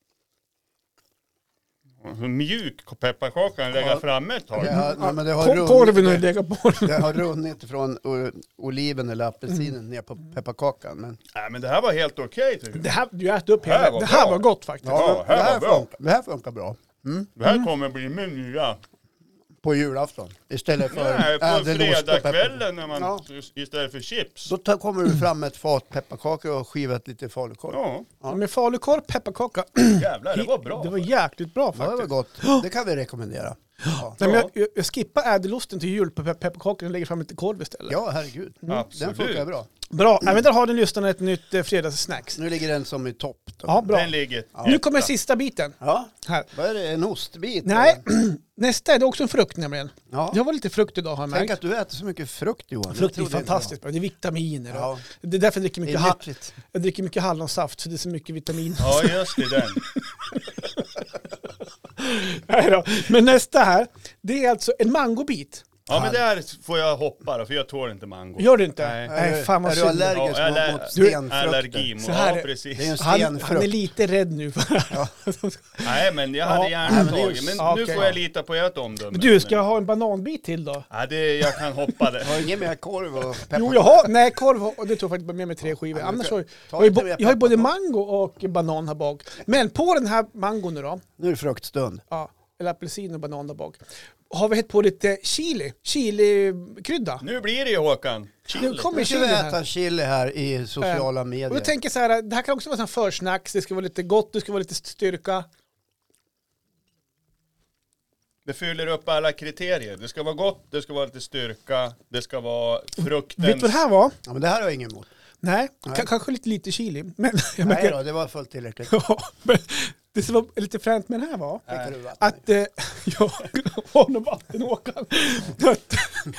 Hur mjuk pepparkakan lägga Ja. framme ett tag. Ja, nej, men det har Ko- Korven har ju runnit, legat på den. det har runnit från o- oliven eller apelsinen ner på pepparkakan. Men Nej, men det här var helt okej tycker jag. Det här, du äter upp Det här hela. var Det här bra. var gott faktiskt. Ja, det, här här var bra. funkar, det här funkar bra. Det här kommer bli min nya. På julafton. Istället för Nej, på ädelost och peppar- fredagskvällen när man, Ja. istället för chips. Då tar, kommer du fram med ett fat pepparkakor och skivat lite falukorv. Ja. Ja, Med falukorv, pepparkaka. jävlar det var bra. Det var jäkligt bra det var faktiskt. gott. Det kan vi rekommendera. Ja, Nej, men jag, jag, jag skippar ädelosten till jul på pe- pepparkakorna och lägger fram lite korv istället. ja herregud. Den Absolut. funkar bra. Bra, även där har den lyssnarna ett nytt eh, fredagssnacks. Nu ligger den som i topp. Då. Ja, bra. Den ligger Nu kommer sista biten. Ja. Här. Vad är det? En ostbit? Nej, eller? nästa är det också en frukt nämligen. Ja. Det var lite frukt idag har jag Tänk märkt. att du äter så mycket frukt Johan. Frukt är Jag trodde fantastiskt bra. Det är vitaminer. Ja. Och det är därför jag dricker inte. mycket, Det är ha- nyttigt. jag dricker mycket hallonsaft så det är så mycket vitamin. Ja, just det, den. Nej då. Men nästa här, det är alltså en mangobit. Ja, men där får jag hoppa då, för jag tål inte mango. Gör du inte? Nej. Nej, fan vad är du synd. allergisk Ja, eller- mot, mot stenfrukter? Allergi mot, Så här ja är- precis. Det är en Han, stenfrukt. han är lite rädd nu. För Nej, men jag hade Ja, gärna men det är ju- tagit. Men ja, nu okej. får jag lita på ert omdöme. Men du, ska jag ha en bananbit till då? Ja, det, jag kan hoppa det. Har du ingen mer korv och pepparkakor? Jo, jag har, nej korv, och det tog jag faktiskt med mig tre skivor. Ja, men Annars ta- har jag, ta jag, har ju lite bo- mer jag har ju både pepparkakor. mango och banan här bak. Men på den här mangon nu då, Nu är det fruktstund. ja, eller apelsin och banan där bak, har vi hett på lite chili, chilikrydda. Nu blir det ju Håkan. Nu Chili. kommer Nu ska vi chili här. äta chili här i sociala Och medier. jag tänker så här, det här kan också vara en försnacks, det ska vara lite gott, det ska vara lite styrka. Det fyller upp alla kriterier. Det ska vara gott, det ska vara lite styrka, det ska vara fruktens... Vet du vad det här var? Ja, men det här har jag ingen emot. Nej, Nej. K- kanske lite lite chili. Men jag Nej märker, då, det var fullt tillräckligt. ja, men det som var lite fränt med den här var Skickar du vatten? att, eh, ja, har någon vatten Håkan. Att,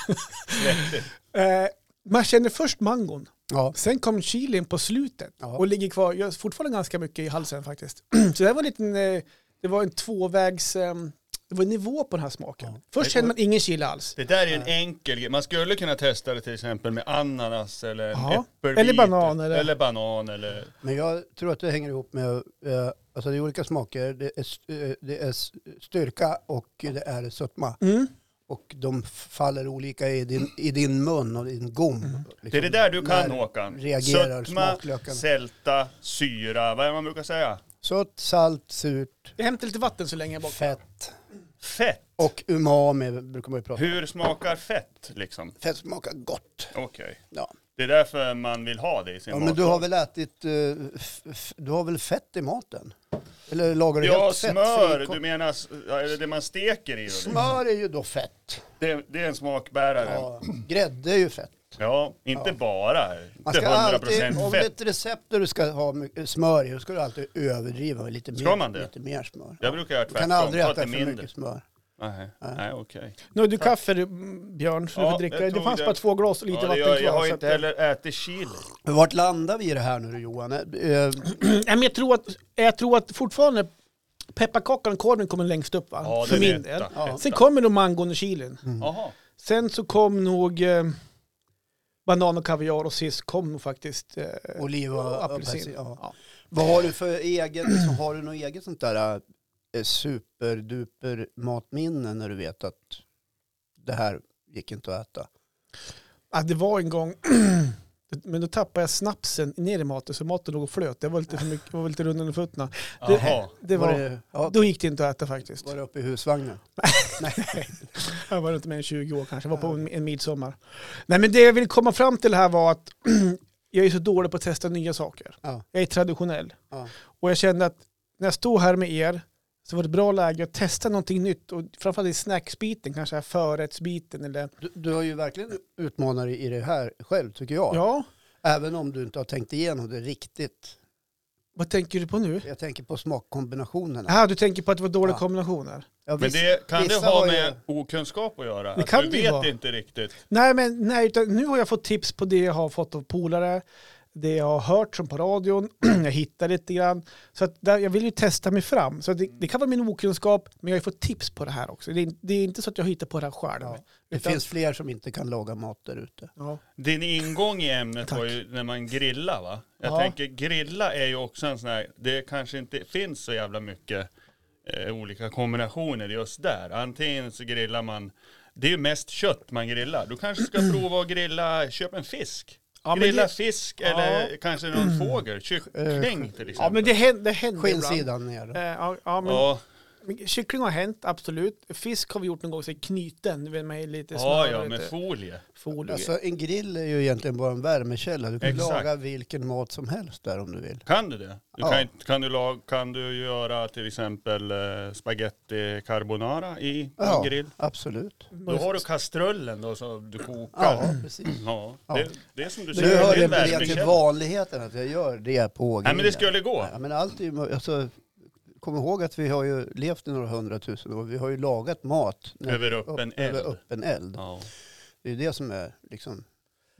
eh, man känner först mangon, Ja. sen kom chilin på slutet Ja. och ligger kvar, gör fortfarande ganska mycket i halsen faktiskt. Så det var en liten, eh, det var en tvåvägs, eh, det var en nivå på den här smaken. Ja. Först känner man ingen chili alls. Det där är en enkel grej. Man skulle kunna testa det till exempel med ananas eller Ja. äppelbit. Eller banan, eller- Eller banan eller... Men jag tror att det hänger ihop med, eh, alltså det är olika smaker. Det är, st- eh, det är s- styrka och det är sötma. Mm. Och de faller olika i din, i din mun och din gom. Mm. Liksom, Det är det där du kan när Håkan. reagerar Sötma, smaklökarna. sälta, syra. Vad är det man brukar säga? Sött, salt, surt, Jag hämtar lite vatten så länge jag bak. fett Fett. och umami brukar man ju prata om. Hur smakar fett liksom? Fett smakar gott. Okej. Ja. Det är därför man vill ha det i sin Ja, mat. men du har väl ätit, eh, f- f- du har väl fett i maten? Eller lagar du Ja, helt fettfri smör. ko- Du menar s- ja, är det det man steker i? Då? Smör är ju då fett. Det, det är en smakbärare. Ja, Ja, grädde är ju fett. inte Ja. bara. Man Inte ska hundra alltid, procent om det är fett. ett recept där du ska ha mycket smör i, då ska du alltid överdriva med lite, Ska mer, man det? lite mer smör. Jag brukar göra Du tvärtom. kan aldrig Ta äta till för mindre. mycket smör. Nej, nej okej. Nu har du kaffe du, Björn, så du Ja, får dricka. jag Det tog fanns det. bara två glas och lite Ja, det vatten gör, kvar. jag har så inte att- heller ätit chili. Men vart landar vi i det här nu då, Johan? Eh, Nej, men jag, tror att, jag tror att fortfarande pepparkakan och korven kommer längst upp va? Ja, För den är min del. etta, Ja. etta. Sen kommer nog mangon och chilin. Jaha. Sen så kom nog eh, banan och kaviar och sist kom nog faktiskt eh, Oliv och apelsin. apelsin, ja. Ja. Vad har du för eget, liksom, har du något eget sånt där eh, superduper matminne när du vet att det här gick inte att äta? Ja, det var en gång, men då tappade jag snapsen ner i maten så maten låg och flöt. Det var lite för mycket, var lite runt under fötterna. Det, Jaha. det var, det, ja, då gick det inte att äta faktiskt. var det uppe i husvagnen? Jag var inte mer än tjugo år kanske, jag var på en, en midsommar. Nej, men det jag ville komma fram till här var att jag är så dålig på att testa nya saker. Ja. Jag är traditionell. Ja. Och jag kände att när jag stod här med er så var det bra läge att testa någonting nytt. Och framförallt i snacksbiten, kanske här förrättsbiten. Eller... Du, du har ju verkligen utmanat dig i det här själv tycker jag. Ja, Även om du inte har tänkt igenom det riktigt. vad tänker du på nu? Jag tänker på smakkombinationerna. Ja, du tänker på att det var dåliga Ja. kombinationer. Ja, Men visst- det, kan det vissa ha har ju- med okunskap att göra? Det Att kan du det vet vara. inte riktigt. Nej, men nej, utan nu har jag fått tips på det jag har fått av polare. Det jag har hört som på radion. Jag hittar lite grann. Så att där, jag vill ju testa mig fram. Så det, det kan vara min okunskap, men jag har ju fått tips på det här också. Det är, det är inte så att jag hittar på det här själv. Ja. Det Utan- finns fler som inte kan laga mat där ute. Ja. Din ingång i ämnet Tack. var ju när man grillar va? Jag Ja. tänker grilla är ju också en sån här, det kanske inte finns så jävla mycket eh, olika kombinationer just där. Antingen så grillar man, det är ju mest kött man grillar. Du kanske ska prova att grilla, köp en fisk. Ja, men Grilla det- fisk Ja. eller kanske någon fågel, kyckling till exempel. Ja, men det händer, det händer ibland. Skinnsidan ner. Eh, ja, ja, men Ja, men kyckling har hänt, absolut. Fisk har vi gjort någon gång, så knyten, du vet, med lite ja, smör ja och med lite folie. folie. Alltså en grill är ju egentligen bara en värmekälla. Du kan Exakt. laga vilken mat som helst där om du vill. Kan du det? Du Ja. kan, kan, du lag, kan du göra till exempel eh, spaghetti carbonara i en Ja, grill? absolut. Då har du kastrullen då som du kokar. Ja, precis. Ja, Ja. det, det är som du Nu säger, hör det är det en inte det till värmekälla. vanligheten att jag gör det på grillen. Nej men det skulle gå. Ja, men allt är ju, mö- alltså, kom ihåg att vi har ju levt i några hundratusen år. Vi har ju lagat mat när- Över öppen över eld. öppen eld. Ja. Det är det som är liksom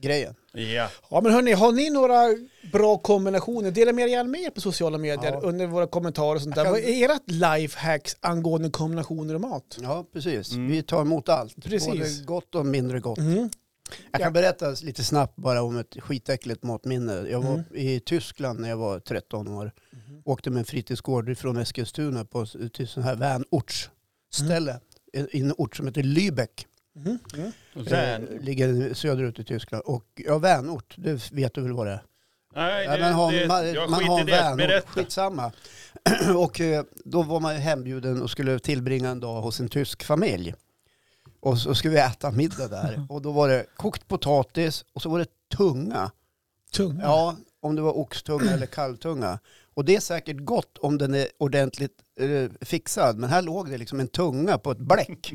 grejen. Ja. Ja, men hörni, har ni några bra kombinationer? Dela med er gärna med er på sociala medier Ja. under våra kommentarer och sånt där. Jag Vad kan- är ert lifehacks angående kombinationer och mat? Ja, precis. Mm. Vi tar emot allt. Precis. Både gott och mindre gott. Mm. Jag kan Ja. berätta lite snabbt bara om ett skitäckligt matminne. Jag var Mm. i Tyskland när jag var tretton år. Mm. Åkte med en fritidsgård från Eskilstuna på, till sån här vänortsställe. En, en ort som heter Lübeck. Mm. Mm. Och sen, Eh, ligger söderut i Tyskland. Och ja, vänort, det vet du väl vad det är? nej, Ja, det, man har, det, man, jag man skit har i en det. vänort, Berätta. skitsamma. Och eh, då var man hembjuden och skulle tillbringa en dag hos en tysk familj. Och så skulle vi äta middag där. Och då var det kokt potatis och så var det tunga. Tunga. Ja, om det var oxtunga eller kalvtunga. Och det är säkert gott om den är ordentligt eh, fixad. Men här låg det liksom en tunga på ett bläck.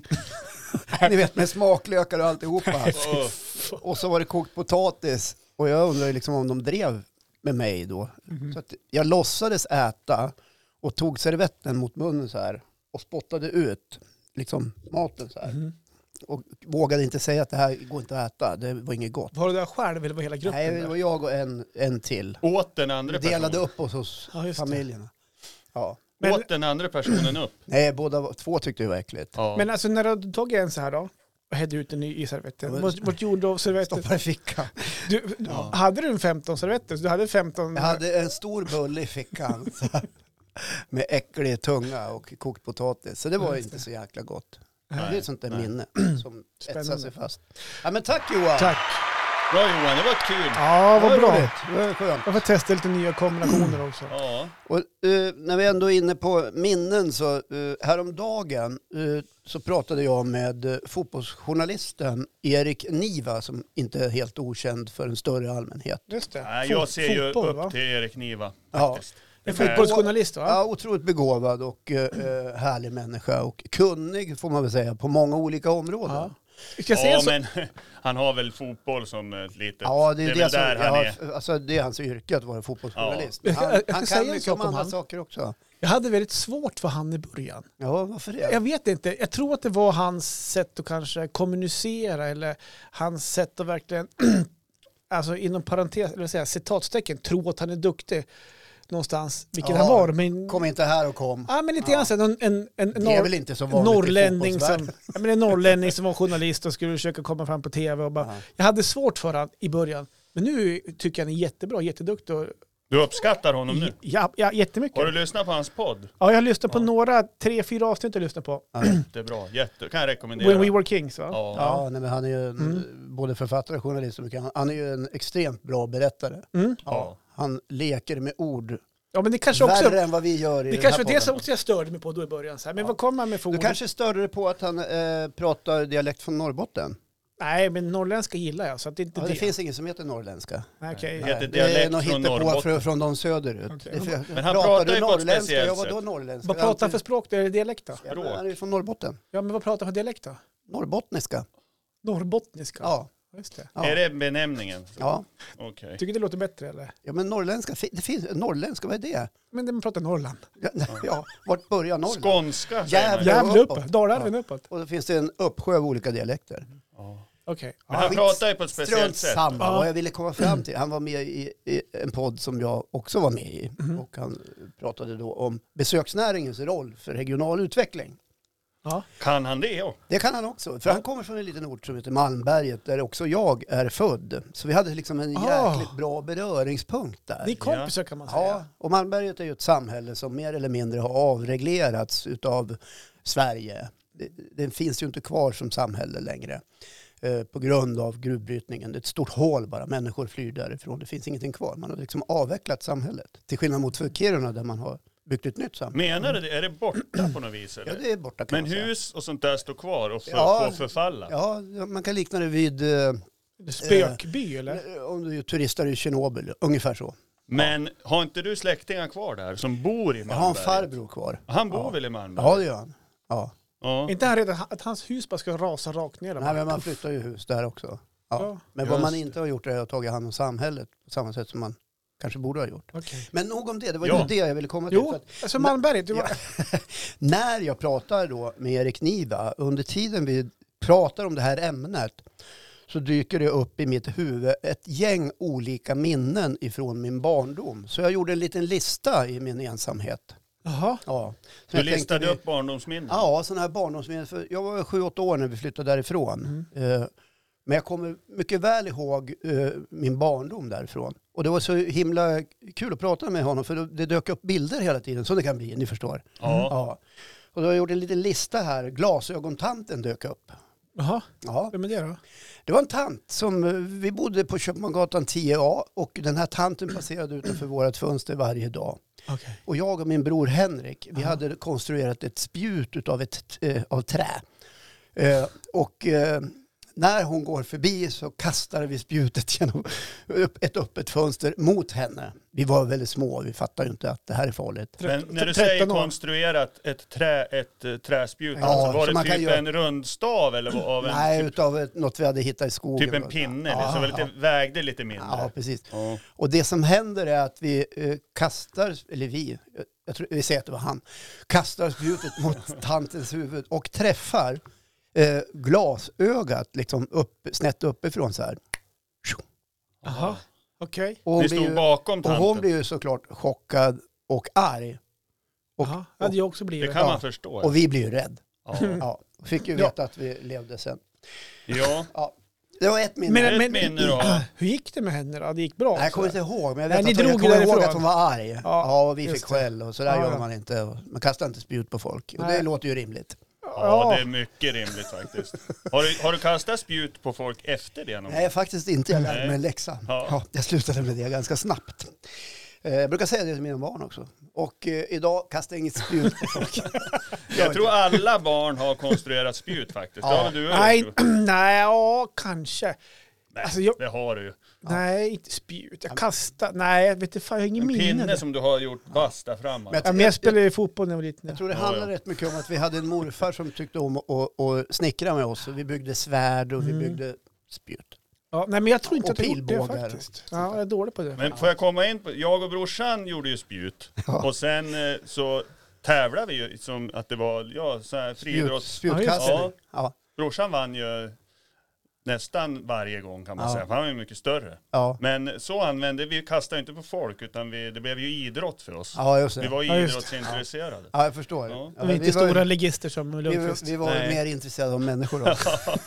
Ni vet, med smaklökar och alltihopa. Åh, Och så var det kokt potatis. Och jag undrar liksom om de drev med mig då. Mhm. Så att jag låtsades äta och tog servetten mot munnen så här. Och spottade ut liksom maten så här. Mhm. Och vågade inte säga att det här går inte att äta. Det var inget gott. Var du där själv eller var hela gruppen Nej, det där? var jag och en, en till. åt den andra Vi delade personen. upp oss hos Ja, just det. familjerna. Ja. Men- Åt den andra personen upp. Nej, båda var- två tyckte det var äckligt. Ja. Men alltså när du hade tagit en så här då och hällde ut den i, i servetten. Ja, Vad, vad gjorde du av servetten? Stoppade i fickan. Du, Ja. Hade du en femton servetter? Så du hade femton... Jag hade en stor bulle i fickan. Så här, med äcklig tunga och kokt potatis. Så det var Just inte så jäkla gott. Nej. Det är ett sånt där Nej. minne som etsar Spännande. sig fast. Ja, men tack Johan! Tack. Bra Johan, det var kul. Ja, Det vad var bra. roligt. Det var skönt. Jag får testa lite nya kombinationer också. Ja. Och, eh, när vi ändå är inne på minnen så uh, häromdagen uh, så pratade jag med uh, fotbollsjournalisten Erik Niva som inte är helt okänd för en större allmänhet. Just det. Nej, Fot- jag ser ju fotboll, upp va? till Erik Niva. Ja. Faktiskt. En Det är- fotbollsjournalist, va? Ja, otroligt begåvad och uh, uh, härlig människa och kunnig får man väl säga på många olika områden. Ja. Ska jag säga Ja, så? men han har väl fotboll som ett litet... Ja, det är, det, väl som, där han ja, är. alltså, det är hans yrke att vara fotbollsjournalist. Ja. Han, Jag- jag han ska kan säga en mycket sak om om andra han. saker också. Jag hade väldigt svårt för han i början. Ja, varför det? Jag vet inte. Jag tror att det var hans sätt att kanske kommunicera eller hans sätt att verkligen, alltså inom parentes, eller säga citatstecken, tro att han är duktig någonstans, vilket Ja, han var. Men, Kom inte här och kom. ja, men lite Ja. grann så en, en, en, en Det är norr, väl inte så vanligt i norrlänning som, fotbollsvärlden. ja, men en norrlänning som var journalist och skulle försöka komma fram på tv. Och bara, Ja. jag hade svårt för han i början. Men nu tycker jag han är jättebra, jätteduktig. Och, Du uppskattar honom nu. ja, ja, jättemycket. Har du lyssnat på hans podd? Ja, jag har lyssnat på Ja. några, tre, fyra avsnitt jag lyssnat på. Det är bra. Jätte... Kan jag rekommendera. When We Were Kings, va? Ja. Ja, nej, men han är ju en, Mm. både författare och journalist. Och mycket. Han- Han är ju en extremt bra berättare. Mm. Ja. Han leker med ord Ja, men det kanske också... värre än vad vi gör i Det den kanske här var det som podden. också jag störde mig på då i början. Så här. Men Ja. vad kommer han med för Du ord? kanske störde dig på att han eh, pratar dialekt från Norrbotten? Nej, men norrländska gillar jag, så att det är inte Ja, det. det finns ingen som heter norrländska. Nej, okej. Det heter Nej, det är dialekt något från hittepå Norrbotten. från, från de söderut. Okej. Det är för- Men han pratar pratar du ju på ett norrländska? speciellt Ja, vadå sätt. norrländska? Vad pratar han för språk? Det är det dialekt då? Ja, men han är ju från Norrbotten. Ja, men vad pratar han för dialekt då? Norrbottniska. Norrbottniska? Ja. Just det. Ja. Är det benämningen? Ja. Okej. Tycker det låter bättre eller? ja, men norrländska, fi- det finns norrländska, vad är det? Men det man pratar Norrland. Ja, ja, vart börjar Norrland? Skånska säger man. Jävlar. Gävle uppåt. uppe, Dalälven uppåt. Och då finns det en uppsjö av olika dialekter. Ja. Okej. Men han skit- pratar ju på ett speciellt Strunt sätt. samma, Ja. vad jag ville komma fram till. Han var med i, i en podd som jag också var med i. Mhm. Och han pratade då om besöksnäringens roll för regional utveckling. Ja. Kan han det? Ja. Det kan han också, för han kommer från en liten ort som heter Malmberget där också jag är född. Så vi hade liksom en Ah. jäkligt bra beröringspunkt där. Ni är kompisar kan man säga. Ja, och Malmberget är ju ett samhälle som mer eller mindre har avreglerats utav Sverige. Det, det finns ju inte kvar som samhälle längre eh, på grund av gruvbrytningen. Det är ett stort hål bara, människor flyr därifrån. Det finns ingenting kvar. Man har liksom avvecklat samhället. Till skillnad mot för Kiruna där man har byggt ett nytt samhälle. Menar du det? Är det borta på något vis? Eller? Ja, det är borta kan Men man säga. hus och sånt där står kvar och för, Ja. får förfalla? Ja, man kan likna det vid eh, Spökby eller? om du turistar i Tjernobyl, ungefär så. Men har inte du släktingar kvar där som bor i Jag har en Malmberget? farbror kvar. Han bor Ja. väl i Malmberget? Ja, det gör han. Ja. Ja. Inte han redan att hans hus bara ska rasa rakt ner? Nej, men man flyttar ju hus där också. Ja. Ja, Men vad man just inte har gjort är att ta hand om samhället på samma sätt som man kanske borde ha gjort. Okej. Men nog om det, det var Ja. ju det jag ville komma till. Jo, För att alltså Malmberget. Du var... Ja. när jag pratar då med Erik Niva, under tiden vi pratar om det här ämnet, så dyker det upp i mitt huvud ett gäng olika minnen ifrån min barndom. Så jag gjorde en liten lista i min ensamhet. Jaha. Ja. Du listade vi, upp barndomsminnen? Ja, sådana här barndomsminnen. För jag var sju, åtta år när vi flyttade därifrån. Mm. Uh, men jag kommer mycket väl ihåg uh, min barndom därifrån. Och det var så himla kul att prata med honom, för det dök upp bilder hela tiden, som det kan bli, ni förstår. Ja. Ja. Och då har jag gjort en liten lista här. Glasögontanten dök upp. Jaha, ja. Vem är det då? Det var en tant som, vi bodde på Köpmangatan tio A och den här tanten passerade utanför vårt fönster varje dag. Okay. Och jag och min bror Henrik, vi Aha. hade konstruerat ett spjut utav ett, äh, av trä. Äh, och äh, när hon går förbi så kastar vi spjutet genom ett öppet fönster mot henne. Vi var väldigt små, vi fattar ju inte att det här är farligt. Men när du säger konstruerat ett, trä, ett uh, träspjut, ja, alltså, var det typ göra... en rundstav? Eller av en, Nej, typ... utav ett, något vi hade hittat i skogen. Typ en pinne, ja, så lite, ja. vägde lite mindre. Ja, precis. Ja. Och det som händer är att vi uh, kastar, eller vi, jag tror, vi säger att det var han, kastar spjutet mot tantens huvud och träffar Eh, glasögat liksom upp, snett uppifrån så här. Jaha, okej. Okay. Vi stod bakom tanten. Och hon blev ju såklart chockad och arg. Och, Aha, hade jag också blivit. Det kan ja, man förstå. Och vi blev ju rädd. Ja. Ja, fick ju veta ja. att vi levde sen. Ja. Ja. Det var ett minne. Men, ett men, minne då. Hur gick det med henne då? Det gick bra? Nej, jag kommer inte ihåg, men jag vet Nej, att, ni jag drog kommer ihåg därifrån. att hon var arg. Ja, ja och vi fick skäll och så där ja, gör man inte. Man kastar inte spjut på folk. Och det låter ju rimligt. Ja, det är mycket rimligt faktiskt. Har du, har du kastat spjut på folk efter det? Någon? Nej, faktiskt inte. Jag lärde mig en läxa. Ja. Ja, jag slutade med det ganska snabbt. Jag brukar säga det till mina barn också. Och eh, idag kastar jag inget spjut på folk. Jag tror alla barn har konstruerat spjut faktiskt. Ja. Ja, du nej, nej, ja, kanske. Nej, alltså, jag, det har du ju. Nej, inte spjut. Jag kastar. Nej, jag vet inte, fan, jag har ingen en minne. pinne där. som du har gjort basta fram. Men jag, ja, men jag spelade ju fotboll när jag var liten. Jag tror det ja, handlar ja. rätt mycket om att vi hade en morfar som tyckte om att, att, att snickra med oss. Vi byggde svärd och Mm. vi byggde spjut. Ja, nej, men jag tror inte Och att jag gjort det pilbågar. faktiskt. Ja, jag är dålig på det. Men får jag komma in på, jag och brorsan gjorde ju spjut. Ja. Och sen eh, så tävlade vi ju som att det var ja, så här friidrotts... Spjutkast. Ja. Ja. Brorsan vann ju nästan varje gång kan man Ja. säga, för han var ju mycket större. Ja. Men så använde vi, kastade inte på folk utan vi, det blev ju idrott för oss. Ja, just det. Vi var Ja, just det. idrottsintresserade. Ja, jag förstår. Ja. Ja, Och men inte vi var- stora legister som Vi, Lundqvist. vi var Nej. mer intresserade av människor då.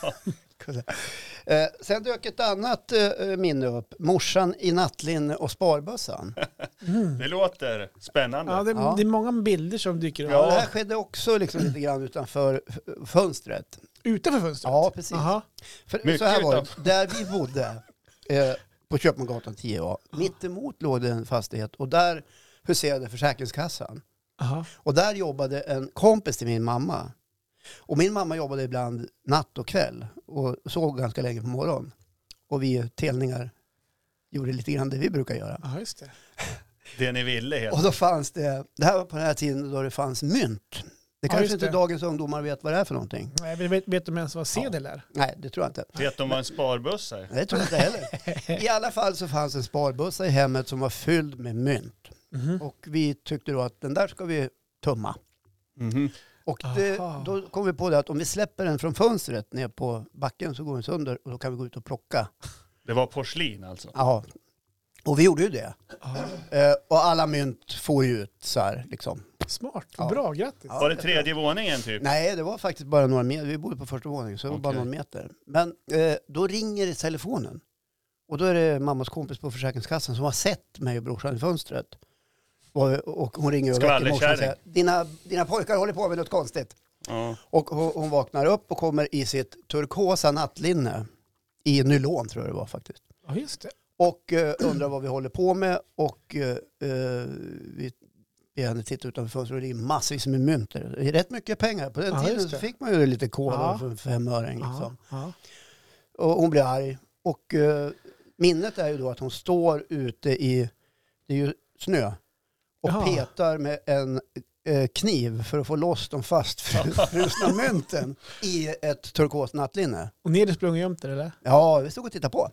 eh, sen dök ett annat eh, minne upp. Morsan i nattlinne och sparbössan. Mm. Det låter spännande. Ja, det, Ja. det är många bilder som dyker upp. Ja, det här skedde också liksom lite grann utanför f- fönstret. Utanför fönstret? Ja, precis. Aha. För, Mycket så här var det, utanför. där vi bodde eh, på Köpmangatan tio A, mitt emot låg det en fastighet och där huserade Försäkringskassan. Aha. Och där jobbade en kompis till min mamma. Och min mamma jobbade ibland natt och kväll och sov ganska länge på morgonen. Och vi telningar gjorde lite grann det vi brukar göra. Ja, just det. Det ni ville helt. Och då fanns det, det här var på den här tiden då det fanns mynt. Det Ja, kanske just inte det. dagens ungdomar vet vad det är för någonting. Nej, men vet, vet de ens vad sedel är? Nej, det tror jag inte. Vet de vad en sparbössa är? Nej, det tror jag inte heller. I alla fall så fanns en sparbössa i hemmet som var fylld med mynt. Mhm. Och vi tyckte då att den där ska vi tumma. Mhm. Och det, Aha. då kom vi på det att om vi släpper den från fönstret ner på backen så går den sönder och då kan vi gå ut och plocka. Det var porslin alltså. Ja. Och vi gjorde ju det. Ja. Eh, och alla mynt får ju ut så här liksom. Smart, Ja. bra, grattis. Ja. Var det tredje våningen typ? Nej, det var faktiskt bara några meter. Vi bodde på första våningen så det var bara Okej. någon meter. Men eh, då ringer telefonen. Och då är det mammas kompis på Försäkringskassan som har sett mig och brorsan i fönstret. Och, och hon ringer och väcker morsan och säger dina, dina pojkar håller på med något konstigt. Ja. Och hon, hon vaknar upp och kommer i sitt turkosa nattlinne. I nylon tror jag det var faktiskt. Ja, just det. Och eh, undrar vad vi håller på med. Och eh, eh, vi ber henne titta utanför fönstret och det är massvis med mynter. Det är rätt mycket pengar. På den Ja, tiden just så det. fick man ju lite kol Ja. för fem öring. Liksom. Ja, Och hon blir arg. Och eh, minnet är ju då att hon står ute i, det är ju snö. Och Jaha. petar med en eh, kniv för att få loss de fastfrusna mynten i ett turkos nattlinne. Och ni hade sprungit gömt det, eller? Ja, vi stod och tittade på.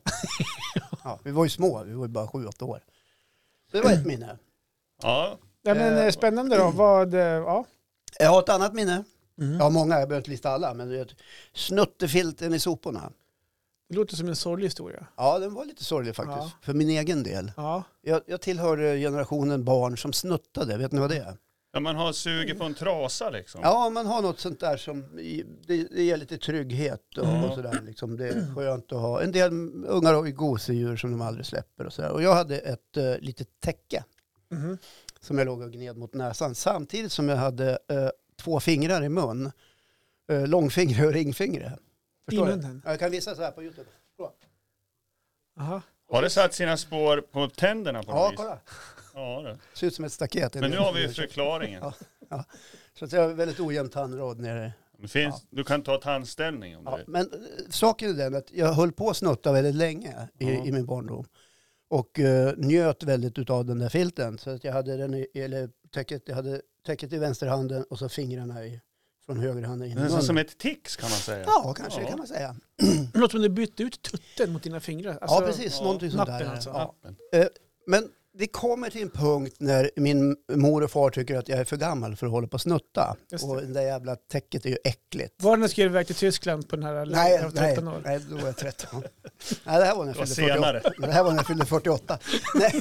Ja, vi var ju små, vi var ju bara sju, åtta år. Så det var ett minne. Ja. Ja, men Eh, eh, spännande då. Vad, eh, ja. Jag har ett annat minne. Mm. Jag har många, jag behöver inte lista alla, men det är ett snuttefilten i soporna. Det låter som en sorglig historia. Ja, den var lite sorglig faktiskt. Ja. För min egen del. Ja. Jag, jag tillhör generationen barn som snuttade. Vet ni vad det är? Ja, man har sugit på en trasa liksom. Ja, man har något sånt där som det, det ger lite trygghet och, Mm. och sådär. Liksom. Det är skönt att ha. En del ungar har ju gosedjur som de aldrig släpper och sådär. Och jag hade ett uh, litet täcke Mhm. som jag låg och gned mot näsan. Samtidigt som jag hade uh, två fingrar i mun. Uh, långfingre och ringfingre. Förstår I du? munnen? Jag kan visa så här på YouTube. Kolla. Aha. Har det satt sina spår på tänderna på något Ja, vis? kolla. Ja, det. Ser ut som ett staket. Men nu har vi ju förklaringen. Ja. Ja. Så att jag har väldigt ojämn tandråd nere. Det finns, Ja. Du kan ta tandställning om Ja, det. men eh, saken är den att jag höll på att snutta väldigt länge i, Ja. i min barndom. Och uh, njöt väldigt utav den där filten. Så att jag hade den i, eller täcket, jag hade täcket i vänsterhanden och så fingrarna i, från högerhanden in i Det är munnen. som ett tics kan man säga. Ja, kanske Ja. det kan man säga. Det låter som du bytte ut tutten mot dina fingrar. Alltså, ja, precis. ja, någonting sånt nappen där. alltså. Ja. Nappen. Eh, men det kommer till en punkt när min mor och far tycker att jag är för gammal för att hålla på och snutta. Just det. Och det där jävla täcket är ju äckligt. Var det när du skrev iväg till Tyskland på den här Nej, jag var nej, tretton år? nej, då var jag tretton. Nej, det här var när Det jag var fyllde senare. fyrtioåtta. Det här var när jag fyllde fyrtioåtta. Nej.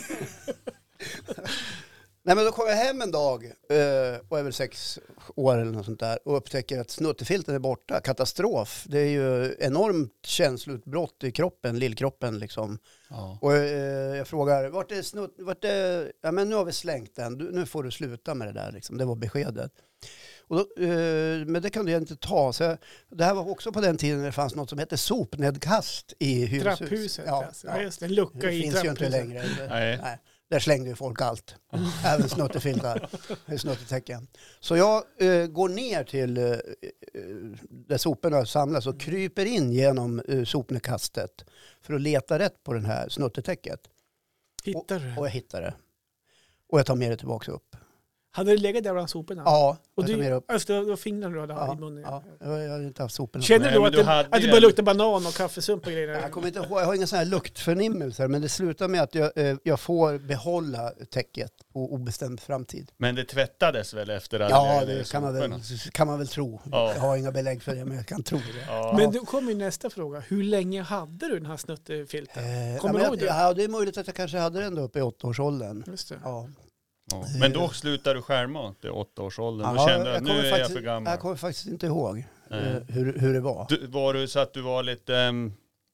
Nej, men då kom jag hem en dag eh, och är väl sex år eller något sånt där och upptäcker att snuttefilten är borta. Katastrof. Det är ju enormt känsloutbrott i kroppen, lillkroppen liksom. Ja. Och eh, jag frågar, vart är snutt, vart är, ja men nu har vi slängt den, du, nu får du sluta med det där liksom. Det var beskedet. Och då, eh, men det kunde jag inte ta. Så jag, det här var också på den tiden när det fanns något som hette sopnedkast i hyreshus. Trapphuset. Ja, alltså. ja. Ja, just det, en lucka Det i finns ju inte trapphuset. längre. Nej. Nej. Där slängde ju folk allt. Även snuttefiltar. Snuttetecken. Så jag eh, går ner till eh, där soporna samlas och kryper in genom eh, sopnedkastet för att leta rätt på den här snuttetäcket. Hittar du? Och jag hittar det. Och jag tar med det tillbaka upp. Hade det legat där bland soporna? Ja, Och jag tar med det du, upp. alltså, det var fingrarna du hade Ja, i munnen? ja, jag hade inte haft soporna. Känner Nej, du men att du det, hade att det ju började en- lukta banan och kaffesump och grejer? Jag kommer inte ihåg, jag har inga sådana här luktförnimmelser, men det slutar med att jag, eh, jag får behålla täcket på obestämd framtid. Men det tvättades väl efter att Ja, det det kan man, väl, soporna? kan man väl tro. Ja. Jag har inga belägg för det, men jag kan tro det. Ja. Men då kommer ju nästa fråga. Hur länge hade du den här snuttefilten? Eh, Kommer ja, du men ihåg det? jag, ja, det är möjligt att jag kanske hade den då uppe i åttaårsåldern. Just det. Ja. Ja. Men då slutade du skärma till åttaårsåldern. Då Ja, kände du att nu kommer är jag faktiskt- för gammal. Jag kommer faktiskt inte ihåg Nej. eh, hur, hur det var. Du, var du så att du var lite... ehm,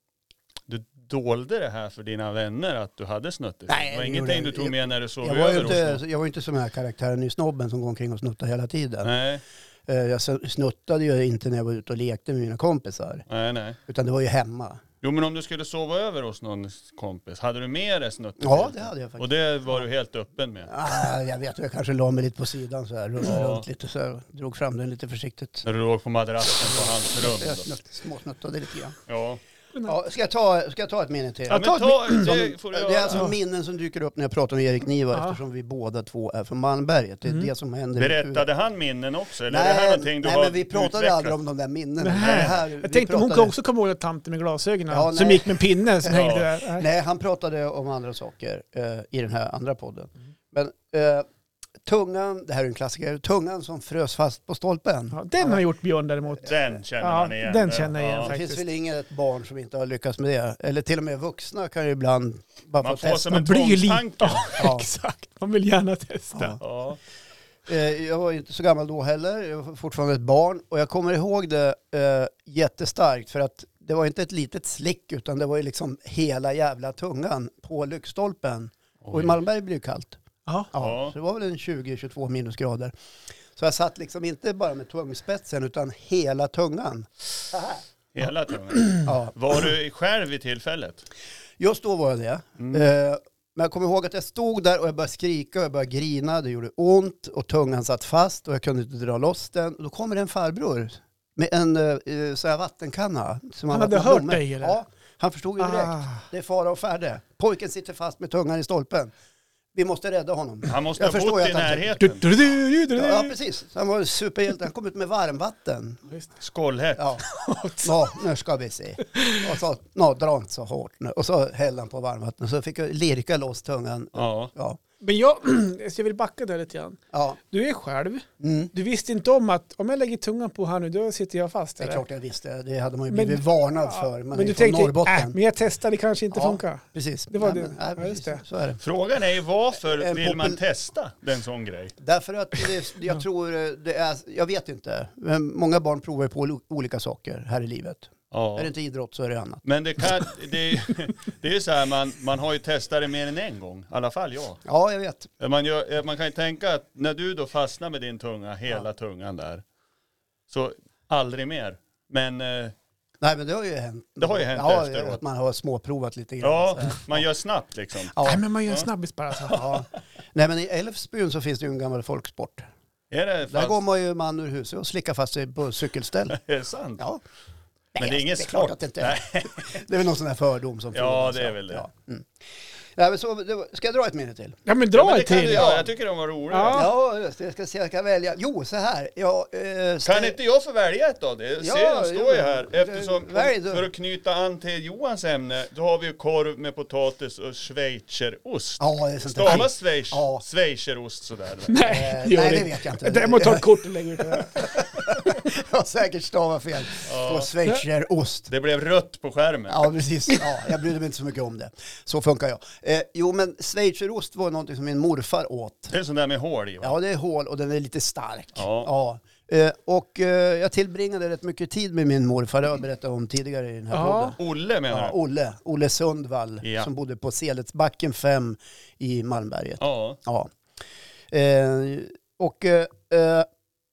du dolde det här för dina vänner att du hade snuttit? Nej, Det var det ingenting gjorde du jag- tog med när du sov Jag var, ju över hos inte, någon? jag var ju inte som den här karaktären i Snobben som går omkring och snuttar hela tiden. Nej, Eh, jag snuttade ju inte när jag var ute och lekte med mina kompisar, nej, nej. utan det var ju hemma. Jo, men om du skulle sova över hos någon kompis, hade du med dig snuttet? Ja, det hade jag faktiskt. Och det var du helt öppen med? Ah, jag vet, jag kanske la mig lite på sidan så här, rullade Ja. runt lite så här, och drog fram den lite försiktigt. När du låg på madrassen på hans Jag rum? snutt, småsnuttade lite grann. Ja. Ja, ska, jag ta, ska jag ta ett minne till? Ja, men ta ett ta, Som- det får du det är göra. alltså Ja. minnen som dyker upp när jag pratar med Erik Niva, Ja. eftersom vi båda två är från Malmberget. Det är Mm. det som händer. i mitt huvud. Berättade han minnen också? Eller är Nej, det här någonting du nej har men vi pratade utvecklat? aldrig om de där minnena. Nej. Det här, vi Jag tänkte hon pratade- kan också komma ihåg att tanten med glasögonen Ja, som nej. gick med pinnen som Ja. hängde där. Nej. Nej, han pratade om andra saker eh, i den här andra podden. Mm. Men eh, tungan, det här är en klassiker, tungan som frös fast på stolpen. Ja, den har gjort Björn däremot. Den känner Ja, man igen. den känner jag igen Det faktiskt. finns väl inget barn som inte har lyckats med det. Eller till och med vuxna kan ju ibland bara Man få får testa. som Man en blir ju lite... tvångstanke. Ja. Exakt, man vill gärna testa. Ja. Ja. Eh, jag var inte så gammal då heller, jag var fortfarande ett barn. Och jag kommer ihåg det eh, jättestarkt för att det var inte ett litet slick utan det var ju liksom hela jävla tungan på lyktstolpen. Och i Oj. Malmberg blir det kallt. Ja. Ja, Ja. så det var väl en tjugo till tjugotvå minusgrader. Så jag satt liksom inte bara med tungspetsen utan hela tungan. Så här. Hela tungan. Ja. Var du själv vid tillfället? Just då var jag det. Mm. Eh, men jag kommer ihåg att jag stod där och jag började skrika och jag började grina. Det gjorde ont och tungan satt fast och jag kunde inte dra loss den. Och då kommer det en farbror med en uh, så här vattenkanna. Som Han hade vattnade hört blommor. dig, eller? Ja, han förstod ju direkt. Ah. Det är fara och färde. Pojken sitter fast med tungan i stolpen. Vi måste rädda honom. Han måste Jag ha förstår bott ju i att han- Du, närheten. du, du, du, du, du. Ja, precis. Han var superhjälte. Han kom ut med varmvatten. Just det. Skållhett. Ja, nå, nu ska vi se. Och så, nå, dra inte så hårt nu. Och så hällde han på varmvatten. Så fick jag lirka loss tungan. Ja. Ja. Men jag, jag vill backa där lite grann. Ja. Du är själv. Mm. Du visste inte om att om jag lägger tungan på här nu, då sitter jag fast. Det är eller? klart jag visste. Det hade man ju Men- blivit varnad för. Man Men är du ju från tänkte, Norrbotten. äh, men jag testade, det kanske inte Ja. funkar. Precis. Det var Nej, det. men, nej, Ja, just precis. det. Så är det. Frågan är ju varför En vill man popul- testa en sån grej? Därför att det, jag tror det är, jag vet inte, men många barn provar på ol- olika saker här i livet. Ja. Är det inte idrott så är det annat. Men det, kan, det, är- det är ju så här, man, man har ju testat det mer än en gång. I alla fall jag. Ja, jag vet. Man, gör, man kan ju tänka att när du då fastnar med din tunga, hela Ja. tungan där, så aldrig mer. Men eh, Nej, men det har ju hänt. Det har ju hänt ja, efteråt. att man har småprovat lite grann. ja, så här. man gör snabbt liksom. Ja. Nej, men man gör en Ja. snabbis bara. Så. Ja. Nej, men i Älvsbyn så finns det ju en gammal folksport. Är det, Där fast, går man ju man ur huset och slickar fast sig på cykelställ. är det sant? Ja. Men det är ingen det är klart sport. att det inte är. Det är väl någon sån här fördom som Ja, finns. det är väl det. Ja. Mm. Nej, men så, det var- ska jag dra ett minne till? Ja, men Ja, dra men det ett kan du till. göra. Jag tycker de var roliga. Ja. Ja, just det. Jag ska se, jag kan välja. Jo, så här. Jag, eh, Kan inte jag få välja ett då? Det Ja, ser, de står ju ja. här. Eftersom, Välj du. för att knyta an till Johans ämne, då har vi ju korv med potatis och schweizerost. Ja, det är sånt där. Stamas schweiz, Ja. schweizerost sådär? Nej, Eh, gör nej, det det vet jag inte. Jag måste ta ett kort och lägga ut det där. Jag har säkert stavat fel på schweizerost. Det blev rött på skärmen. Ja, precis. Ja, jag brydde mig inte så mycket om det. Så funkar jag. Eh, jo, men schweizerost var någonting som min morfar åt. Det är sån där med hål i va? Ja, det är hål och den är lite stark. Ja. Ja. Eh, och eh, jag tillbringade rätt mycket tid med min morfar. Det har jag berättat om tidigare i den här Ja. podden. Olle menar Ja, du? Olle. Olle Sundvall Ja. som bodde på Seletsbacken fem i Malmberget. Ja. Ja. Eh, och eh, eh,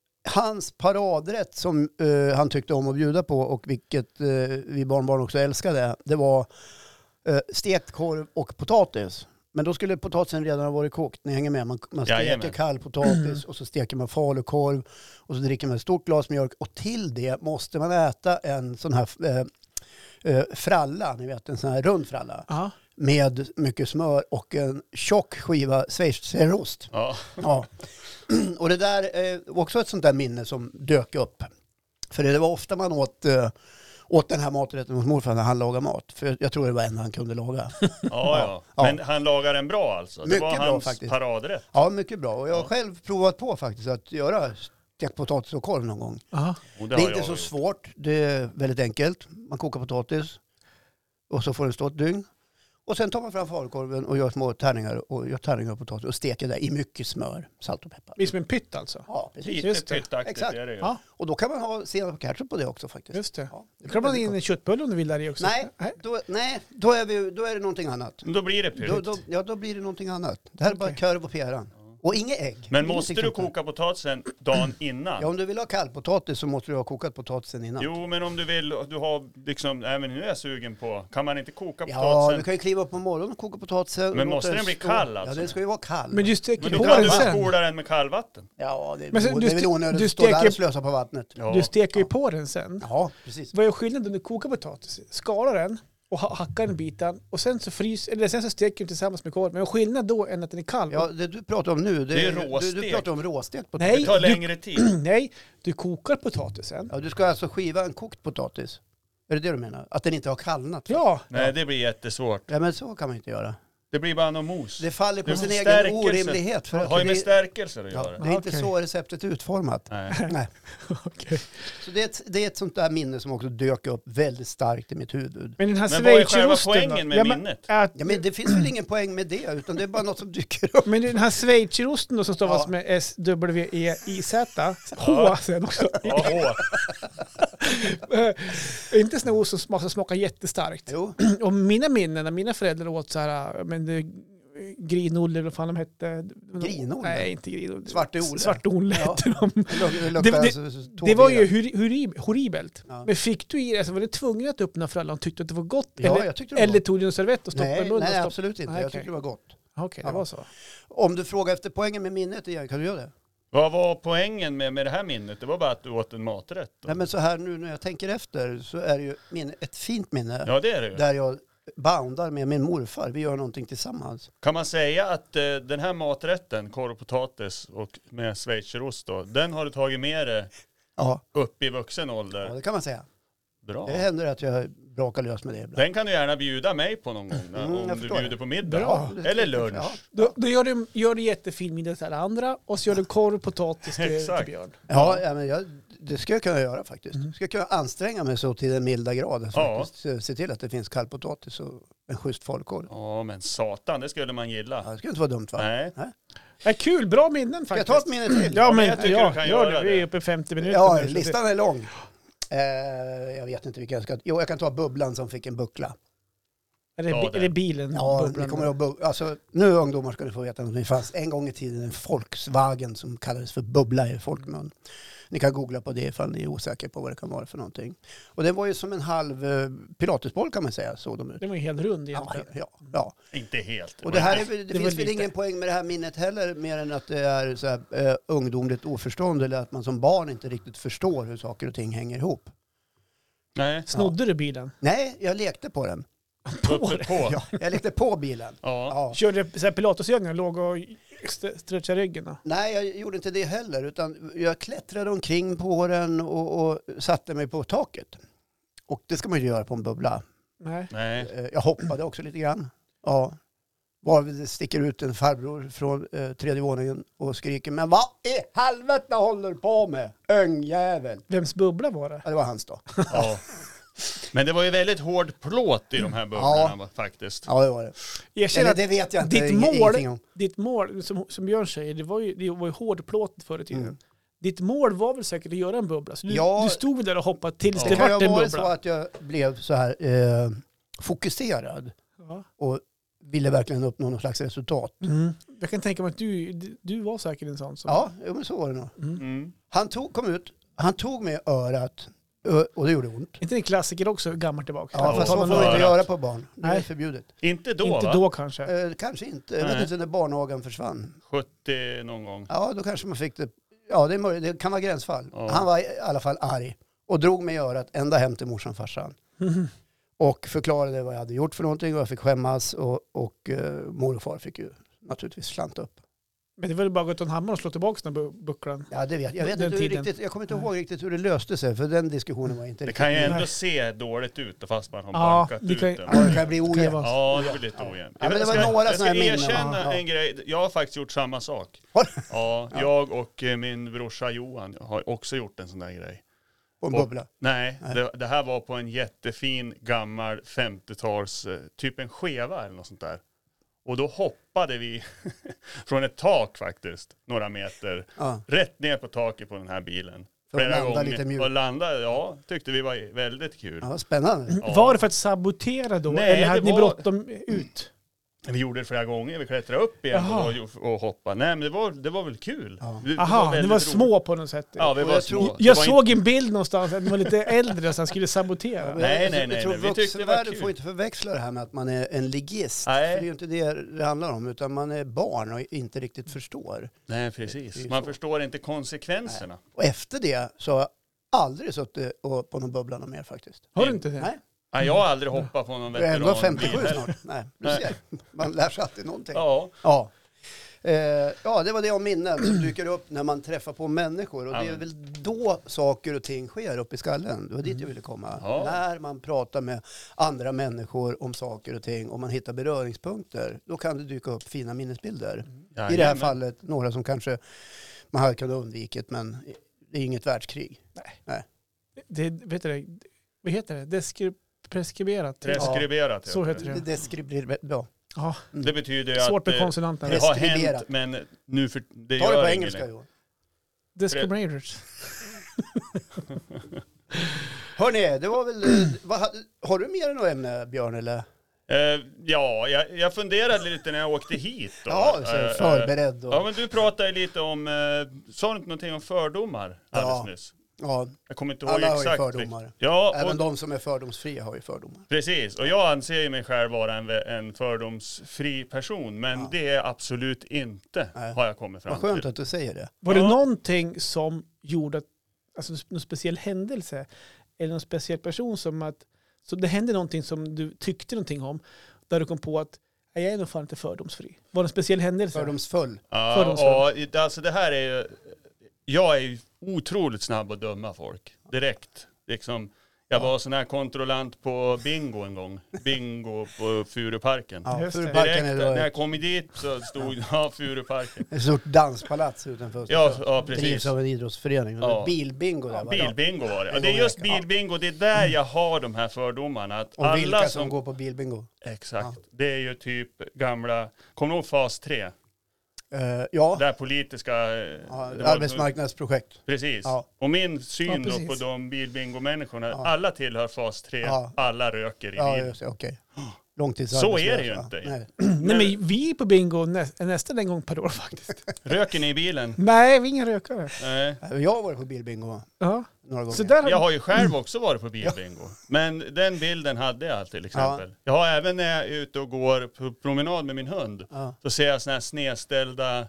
hans paradrätt som eh, han tyckte om att bjuda på och vilket eh, vi barnbarn också älskade, det var eh, stekt korv och potatis. Men då skulle potatisen redan ha varit kokt, ni hänger med. Man, man steker Jajamän. kall potatis och så steker man falukorv och så dricker man ett stort glas mjölk och till det måste man äta en sån här eh, eh, fralla, ni vet en sån här rund fralla Ja. med mycket smör och en tjock skiva schweizerost. Ja. Ja. Och det där är också ett sånt där minne som dök upp. För det var ofta man åt, äh, åt den här maträtten hos morfar när han lagade mat. För jag tror det var en han kunde laga. Ja, ja. Ja. Men han lagar en bra alltså? Det Mycket var bra hans faktiskt. paradrätt? Ja, mycket bra. Och jag har Ja. själv provat på faktiskt att göra stekt potatis och korv någon gång. Ja. Och Det har är inte jag så gjort. svårt. Det är väldigt enkelt. Man kokar potatis och så får den stå ett dygn. Och sen tar man fram falukorven och gör små tärningar och gör tärningar av potatis och steker det i mycket smör, salt och peppar. Det är som en pytt alltså. Ja, precis. Lite Just det. pyttaktigt Exakt. är det ju. Ja, Och då kan man ha senap och ketchup på det också faktiskt. just det. Ja, det Då kan man blir in en väldigt köttbulle om du vill där i också. gott. Nej, då, nej då, är vi, då är det någonting annat. Men Då blir det pytt. Då, då, ja, då blir det någonting annat. Det här är bara Okej. korv och päron. Och inget ägg. Men Ingenting måste du sånt där. koka potatisen dagen innan? Ja, om du vill ha kallpotatis så måste du ha kokat potatisen innan. Jo, men om du vill, du har liksom, nej men nu är jag sugen på, kan man inte koka Ja, potatisen? du kan ju kliva upp på morgonen och koka potatisen. Men och måste låta den bli stå. kall alltså? Ja, den ska ju vara kall. Men du steker Men då på kan den du bara sen. spola den med kallvatten. Ja, det, Men sen, det du är väl ste- onödigt du att stå där steker- och slösa på vattnet. Ja. Du steker ju på den sen. Ja, precis. Vad är skillnaden om du kokar potatis? Skalar den och ha- hackar den biten och sen så frys, eller sen så steker du tillsammans med korv. Men skillnad då än att den är kall. Ja, det du pratar om nu, det, Det är du, du råstek. pratar om råstekt potatis. Nej. Det tar du- längre tid. Nej, du kokar potatisen. Ja, du ska alltså skiva en kokt potatis. Är det det du menar? Att den inte har kallnat? Ja, Nej, det blir jättesvårt. Ja, men så kan man inte göra. Det blir bara någon mos. Det faller på Det sin är egen stärkelse. orimlighet. För Det att har ju med det, stärkelser att ja, göra. det är inte Okej. så receptet är utformat. Nej. Nej. okej. Så det är, ett, det är ett sånt där minne som också dök upp väldigt starkt i mitt huvud. Men den här Men vad är själva schweizerosten då? poängen med Ja, men minnet? Att, Ja, men det finns väl ingen poäng med det, utan det är bara något som dyker upp. men den här schweizerosten då som stavas Ja. med S W E I Z, H sen också. Ja, åh. Är inte sån ost som smakar, smakar jättestarkt. Jo, Och mina minnen när mina föräldrar åt så här, men det, grinolle, vad fan de hette. Grinolle? Nej, inte grinolle. Svarte Ole. Svarte Ole Ja. hette de. det, luk- det, luktar Det- det- alltså Det var ju tågbilar. hur, hur, horribelt. Ja. Men fick du i det, alltså var du tvungen att öppna för alla och tyckte att det var gott? Ja, eller jag tyckte det var eller gott. tog du en servett och stoppade i Nej, munnen? nej och stopp... absolut inte. Nej, Jag okej. tyckte det var gott. Okej, det Ja. var så. Om du frågar efter poängen med minnet igen, kan du göra det? Vad var poängen med, med det här minnet? Det var bara att du åt en maträtt. Då. Nej, men så här nu när jag tänker efter så är det ju minne, ett fint minne Ja, det är det ju. där jag boundar med min morfar. Vi gör någonting tillsammans. Kan man säga att eh, den här maträtten, korv och potatis och med schweizerost då, den har du tagit med dig Ja, upp i vuxen ålder? ja det kan man säga. Bra. Det händer att jag brakar lös med det ibland. Den kan du gärna bjuda mig på någon gång. Mm, om du bjuder det. på middag. Bra. Eller lunch. Ja. Då, då gör, du, gör du jättefin middag till alla andra och så gör du korv, potatis till, till Exakt. Björn. Ja, ja men jag, det ska jag kunna göra faktiskt. Jag ska kunna anstränga mig så till den milda grad. Så Ja. faktiskt, se till att det finns kallpotatis och en schysst falukorv. Ja, men satan, det skulle man gilla. Ja, det skulle inte vara dumt va? Nej. Ja, kul, bra minnen Ska jag faktiskt. ta ett minne till? Ja, men jag tycker ja, du kan gör göra det. Vi är det. uppe i femtio minuter. Ja, nu, så listan är lång. Eh, jag vet inte vilka jag ska... Jo, jag kan ta bubblan som fick en buckla. det, är, det, Ja, är det bilen? Ja, bubblan? ni kommer att bu- alltså, nu ungdomar ska ni få veta att det fanns en gång i tiden en Volkswagen som kallades för bubbla i folkmun. Ni kan googla på det ifall ni är osäkra på vad det kan vara för någonting. Och det var ju som en halv eh, pilatesboll kan man säga, såg de ut. Den var ju helt rund Ja, egentligen. ja, ja. Inte helt. Och det här är, väl- det, Det var finns väl lite. ingen poäng med det här minnet heller, mer än att det är så här, eh, ungdomligt oförstånd eller att man som barn inte riktigt förstår hur saker och ting hänger ihop. Nej. Snodde du bilen? Nej, jag lekte på den. Uppe på. Ja, jag lekte på bilen. Ja. Ja. Körde du så här pilatesövningar, låg och st- stretchade ryggen? Då? Nej, jag gjorde inte det heller, utan jag klättrade omkring på den och, och satte mig på taket. Och det ska man ju göra på en bubbla. Nej. Nej. Eh, Jag hoppade också lite grann. Ja. Var det sticker ut en farbror från eh, tredje våningen och skriker, men vad i helvete håller du på med? Öngjävel. Vems bubbla var det? Ja, det var hans då. Ja. Men det var ju väldigt hård plåt i de här bubblorna Ja. faktiskt. Ja, det var det. Erkänn Eller att det vet jag inte. ditt ing- mål, ingenting om. ditt mål som, som Björn säger, det var ju, det var ju hård plåt förr i tiden. Mm. Ditt mål var väl säkert att göra en bubbla? Så du, Ja. du stod där och hoppade tills Ja. det Det kan ju vart en ha varit så bubbla. att jag blev så här eh, fokuserad Ja. och ville verkligen uppnå någon slags resultat. Mm. Jag kan tänka mig att du, du, du var säkert en sån. Som, Ja, jo, men så var det nog. Mm. Han tog, kom ut, han tog mig i örat ö, och det gjorde ont. Inte en klassiker också, gammalt tillbaka? Ja, Att fast ta så får någon man inte öra. göra på barn. Det är Nej. förbjudet. Inte då Inte va? då kanske. Eh, kanske inte. Jag vet Nej. inte när barnagan försvann. sjuttio någon gång. Ja, då kanske man fick det. Ja, det, är möjligt. Det kan vara gränsfall. Ja. Han var i alla fall arg och drog mig i örat ända hem till morsan och farsan. Och förklarade vad jag hade gjort för någonting och jag fick skämmas och, och uh, mor och far fick ju naturligtvis slanta upp. Men det var väl bara att gå till en hammare och slå tillbaka den bu- bucklan. Ja, det vet jag. Jag, vet Den inte hur tiden. riktigt, jag kommer inte ihåg riktigt hur det löste sig för den diskussionen var inte Det riktigt. kan ju med. ändå se dåligt ut fast man har Ja, bankat det ut kan ju- den. Ja, det kan bli Kan ju ojämnt. vara- Ja, det blir lite ojämnt. Ja, men det Jag var ska- några jag såna här ska minnen. erkänna Ja, ja. en grej. Jag har faktiskt gjort samma sak. Har du? Ja, jag och eh, min brorsa Johan har också gjort en sån där grej. På en Och- bubbla. Nej, Nej. Det, det här var på en jättefin gammal femtiotals, eh, typ en skeva eller något sånt där. Och då hoppade vi från ett tak faktiskt, några meter, Ja. rätt ner på taket på den här bilen. För att landa lite mjukt. Och landa, ja, tyckte vi var väldigt kul. Ja, spännande. Ja. Var det för att sabotera då? Nej, eller hade det ni var- bråttom ut? Vi gjorde det flera gånger, vi klättrade upp igen Jaha. och, och hoppade. Nej men det var, det var väl kul. Ja. Det, det Aha, ni väldigt var roligt. små på något sätt. Ja, vi Och var jag små. tror- Det Jag var såg en bild någonstans att ni var lite äldre så han skulle sabotera. Nej, nej, nej, Jag tror nej, vi tyckte det var vuxenvärlden kul. får inte förväxla det här med att man är en ligist. Nej. För det är ju inte det det handlar om, utan man är barn och inte riktigt förstår. Nej Det precis, är ju man så. förstår inte konsekvenserna. Och efter det så har jag aldrig suttit och- på någon bubbla någon mer faktiskt. Har du inte det? Nej, Nej, jag har aldrig hoppat på någon jag är ändå veteranbil femtiosju heller. snart. Nej, du Nej. ser. Man lär sig alltid någonting. Ja, Ja. Eh, ja, det var det om minnen som dyker upp när man träffar på människor. Och Ja, det är men- väl då saker och ting sker upp i skallen. Det var dit jag ville komma. Ja. När man pratar med andra människor om saker och ting och man hittar beröringspunkter, då kan det dyka upp fina minnesbilder. I det här jajamän. fallet några som kanske man hade kunnat undvikit, men det är inget världskrig. Det, vet du det? Vad heter det? Deskri- preskriberat. Preskriberat Så heter Det, det. det skriver bra. Ja, Det betyder ju svårt att med eh, konsonanterna. det har Preskriberat. hänt, men nu för det Ta det gör på inget engelska längre. Johan. Discriminators. Hörrni, det var väl... eh, vad, hade- har du mer än något ämne, Björn? Eller? Eh, ja, jag, jag funderade lite när jag åkte hit. Då. Ja, så Eh, eh, förberedd. Och, Ja, men du pratade lite om, eh, sa du inte någonting om fördomar alldeles Ja. nyss? ja, Jag kommer inte ihåg alla har ju exakt. fördomar. Ja, Även och, de som är fördomsfria har ju fördomar. precis. Och jag anser ju mig själv vara en, en fördomsfri person, men Ja. det är absolut inte, Nej. har jag kommit fram Vad skönt till. att du säger det. Var det Ja. någonting som gjorde att, alltså någon speciell händelse eller någon speciell person som att, så det hände någonting som du tyckte någonting om, där du kom på att "Nej, jag är nog fan inte fördomsfri." Var det en speciell händelse? Fördomsfull. Ja, Fördomsfull. och, alltså det här är ju, jag är ju otroligt snabb att döma folk direkt. Liksom, Jag var sån här kontrollant på bingo en gång. Bingo på Furuparken. Ja, Just det. Furuparken är Direkt då när jag ett, kom dit så stod ja, Furuparken. ett stort danspalats utanför. Ja, ja, precis. Drivs av en idrottsförening. Och Ja. det är bilbingo där. Ja, va? bilbingo var det. Ja, En det är gång i just veckan. bilbingo, det är där jag har de här fördomarna. Att Och vilka alla som, som går på bilbingo. Exakt. Det är ju typ gamla, kommer du ihåg fas tre? Uh, ja, Det här politiska... eh, ja det var- arbetsmarknadsprojekt. Precis. Ja. Och min syn Ja, då precis. på de bilbingo-människorna, Ja. alla tillhör fas tre, Ja. alla röker i Ja, bil. just det, okej. Så Långtidsarbetslösa. är det ju inte. Nej. Nej, men vi är på bingo nä, nästan en gång per år faktiskt. Röker ni i bilen? Nej, vi är inga rökare. Nej. Jag har varit på bilbingo Ja. några gånger. Så där, Jag har ju själv också varit på bilbingo. Men den bilden hade jag till exempel. Jag har även när jag är ute och går på promenad med min hund. Ja. Så ser jag såna här snedställda,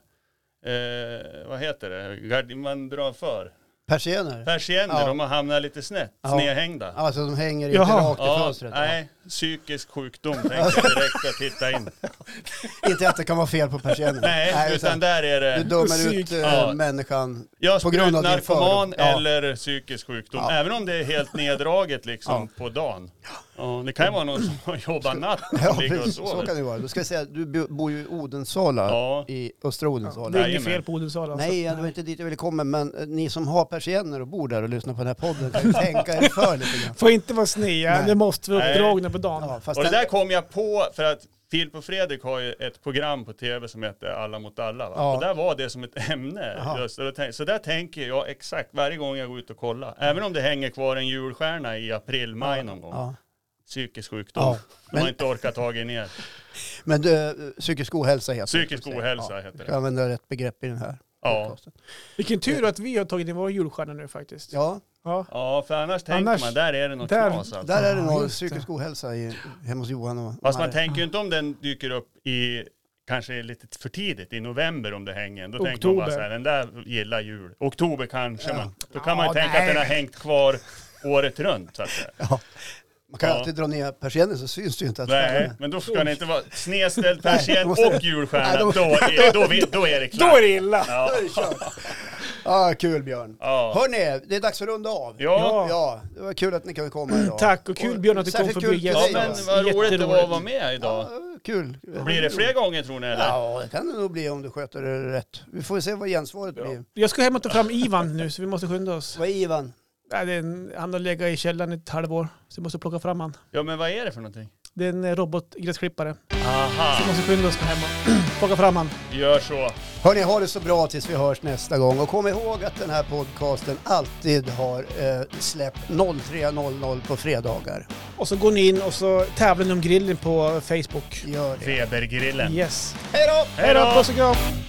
eh, vad heter det, Gard- man drar för. Persienner? Persienner, Ja. de har hamnat lite snett, Ja. snedhängda. Alltså de hänger inte Jaha. rakt i Ja, fönstret? nej, psykisk sjukdom tänkte jag direkt att titta in. Ja. Inte att det kan vara fel på persienner? Nej, utan där är Du det, dömer ut Psyk- eh, Ja. människan jag på grund av din narkoman fördom. Ja. eller psykisk sjukdom. Ja. Även om det är helt neddraget liksom på dagen. Ja, det kan ju vara någon som har jobbat natt Ja, och ligger och precis. Så sover. kan det vara. Då ska jag säga, du bo- bor ju i Odensala, Ja. i östra Odensala. det är inget Jajamän. fel på Odensala. alltså. Nej, det var inte dit jag ville komma, men eh, ni som har persienner och bor där och lyssnar på den här podden kan ju tänka er för lite grann. Får inte vara snea, Nej. det måste vara Nej. uppdragna på dagen. Ja, fast Och det den- där kom jag på för att Filip och Fredrik har ju ett program på tv som heter Alla mot alla. Va? Ja. Och där var det som ett ämne. Jaha. Just, och då tänk, så där tänker jag exakt varje gång jag går ut och kollar. Även om det hänger kvar en julstjärna i april, maj någon gång. Ja. Psykisk sjukdom. Ja. De har Men- inte orkat ta ner. Men du, psykisk ohälsa heter det. Psykisk ohälsa heter det. Jag använder rätt begrepp i den här Ja. podcasten. Vilken tur att vi har tagit in våra julstjärnor nu faktiskt. Ja, Ja. Ja, för annars tänker Annars- man, där är det något där- knas alltså. där är det Ja, nog just det. psykisk ohälsa i, hemma hos Johan och Fast man Mare. tänker ju inte om den dyker upp i kanske lite för tidigt, i november om det hänger. Då tänker man Oktober. bara så här, den där gillar jul. Oktober kanske, Ja. man. Då kan man ju Ja, tänka nej. att den har hängt kvar året runt så att säga. Ja. Man kan Ja. alltid dra ner persiennen så syns det ju inte att Nej, stjärnorna- men då ska det inte vara snedställd Nej, persien då måste och det- julstjärna. Nej, då- Då är, då, vi- då är det Då klart. är det illa! Ja. Då är det kört. Ja, kul Björn. Ja. Hörrni, det är dags att runda av. Ja. Ja, det var kul att ni kunde komma idag. Tack, och kul Björn att du kom särskilt förbi kul till gäst. dig, Ja, men då. vad roligt det var att Jätteroligt. vara med idag. Ja, kul. Blir det fler gånger tror ni eller? Ja, det kan det nog bli om du sköter det rätt. Vi får se vad gensvaret Ja. blir. Jag ska hem och ta fram Ivan nu, så vi måste skynda oss. Vad är Ivan? Nej, det är en, han har legat i källaren i ett halvår, så vi måste plocka fram han. Ja, men vad är det för någonting? Det är en eh, robotgräsklippare. Aha, Så vi måste skynda oss hem och plocka fram han. gör så. Hörni, ha det så bra tills vi hörs nästa gång. Och kom ihåg att den här podcasten alltid har eh, släpp tre noll noll på fredagar. Och så går ni in och så tävlar ni om grillen på Facebook. Gör det. Febergrillen. Yes. Hej då! Hej då, puss och kram!